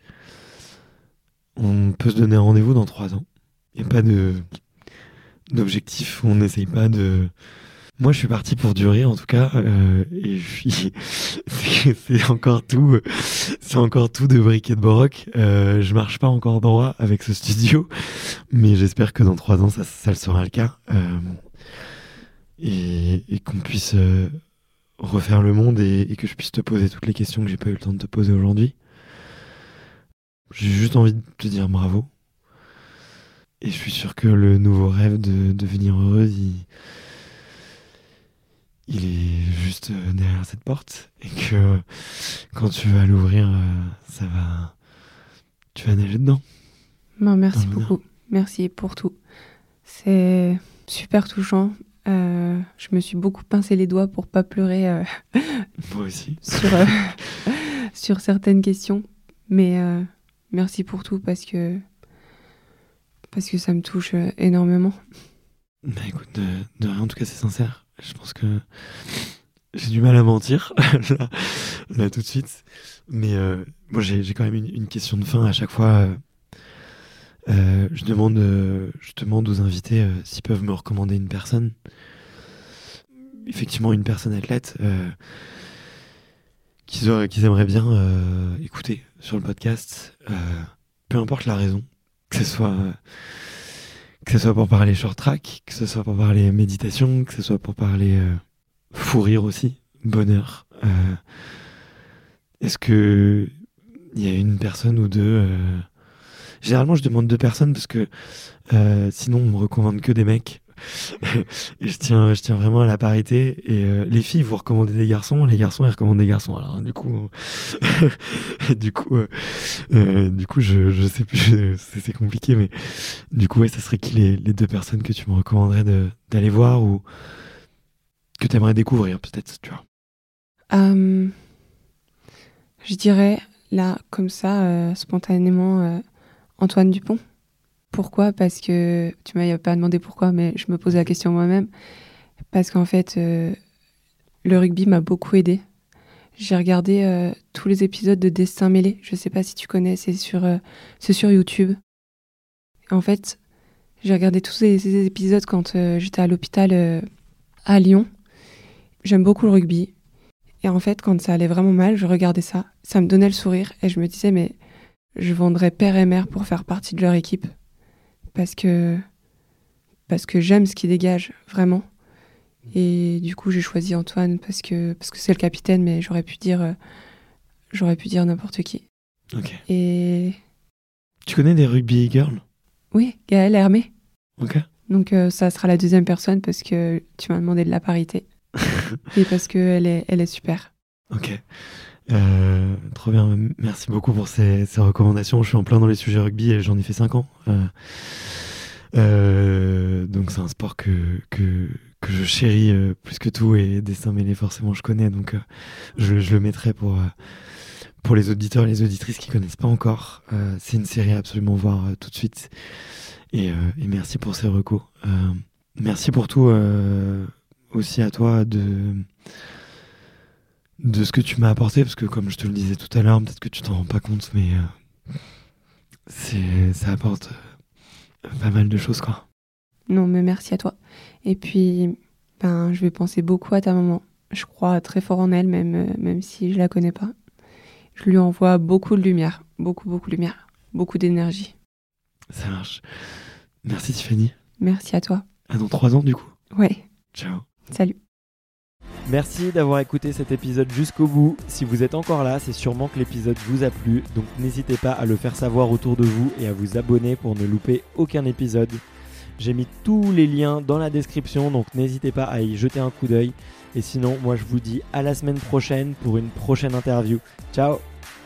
on peut se donner un rendez-vous dans 3 ans. Il n'y a pas d'objectif, on n'essaye pas de... Moi, je suis parti pour durer, en tout cas, et c'est encore tout de briques et de baroque. Je marche pas encore droit avec ce studio, mais j'espère que dans 3 ans, ça le sera le cas, et qu'on puisse refaire le monde et que je puisse te poser toutes les questions que j'ai pas eu le temps de te poser aujourd'hui. J'ai juste envie de te dire bravo, et je suis sûr que le nouveau rêve de devenir heureuse, il est juste derrière cette porte et que quand tu vas l'ouvrir, tu vas nager dedans. Merci beaucoup. Merci pour tout. C'est super touchant. Je me suis beaucoup pincé les doigts pour pas pleurer. Moi aussi. sur certaines questions. Mais merci pour tout parce que ça me touche énormément. Bah écoute, de rien, en tout cas c'est sincère. Je pense que j'ai du mal à mentir là tout de suite, mais moi j'ai quand même une question de fin à chaque fois. Je demande aux invités s'ils peuvent me recommander une personne. Effectivement, une personne athlète qu'ils aimeraient bien écouter sur le podcast, peu importe la raison, que ce soit pour parler short track, que ce soit pour parler méditation, que ce soit pour parler fou rire aussi, bonheur. Est-ce que il y a une personne ou deux Généralement, je demande 2 personnes parce que sinon, on me recommande que des mecs. Et je tiens vraiment à la parité. Et les filles, vous recommandez des garçons, les garçons, ils recommandent des garçons. Alors, du coup, je sais plus, c'est compliqué, mais du coup, ouais, ça serait qui les 2 personnes que tu me recommanderais d'aller voir ou que tu aimerais découvrir, peut-être, tu vois. Je dirais, là, comme ça, spontanément, Antoine Dupont. Pourquoi ? Parce que, tu m'as pas demandé pourquoi, mais je me pose la question moi-même. Parce qu'en fait, le rugby m'a beaucoup aidée. J'ai regardé tous les épisodes de Destin mêlé. Je sais pas si tu connais, c'est sur YouTube. En fait, j'ai regardé tous ces épisodes quand j'étais à l'hôpital à Lyon. J'aime beaucoup le rugby. Et en fait, quand ça allait vraiment mal, je regardais ça. Ça me donnait le sourire et je me disais, mais je vendrais père et mère pour faire partie de leur équipe. Parce que j'aime ce qu'il dégage, vraiment. Et du coup, j'ai choisi Antoine parce que c'est le capitaine, mais j'aurais pu dire n'importe qui. Ok. Et... Tu connais des rugby girls ? Oui, Gaëlle Hermé. Ok. Donc ça sera la 2e personne parce que tu m'as demandé de la parité. Et parce qu'elle est super. Ok. Trop bien, merci beaucoup pour ces recommandations. Je suis en plein dans les sujets rugby et j'en ai fait 5 ans. Donc c'est un sport que je chéris plus que tout, et dessin mêlé forcément je connais, donc je le mettrai pour les auditeurs et les auditrices qui connaissent pas encore. C'est une série à absolument voir tout de suite, et merci pour ces recos. Merci pour tout, aussi à toi de ce que tu m'as apporté, parce que comme je te le disais tout à l'heure, peut-être que tu t'en rends pas compte, mais ça apporte pas mal de choses, quoi. Non, mais merci à toi. Et puis, je vais penser beaucoup à ta maman. Je crois très fort en elle, même si je la connais pas. Je lui envoie beaucoup de lumière, beaucoup de lumière, beaucoup d'énergie. Ça marche. Merci Tiffany. Merci à toi. À dans 3 ans du coup. Ouais. Ciao. Salut. Merci d'avoir écouté cet épisode jusqu'au bout. Si vous êtes encore là, c'est sûrement que l'épisode vous a plu, donc n'hésitez pas à le faire savoir autour de vous et à vous abonner pour ne louper aucun épisode. J'ai mis tous les liens dans la description, donc n'hésitez pas à y jeter un coup d'œil. Et sinon, moi je vous dis à la semaine prochaine pour une prochaine interview. Ciao!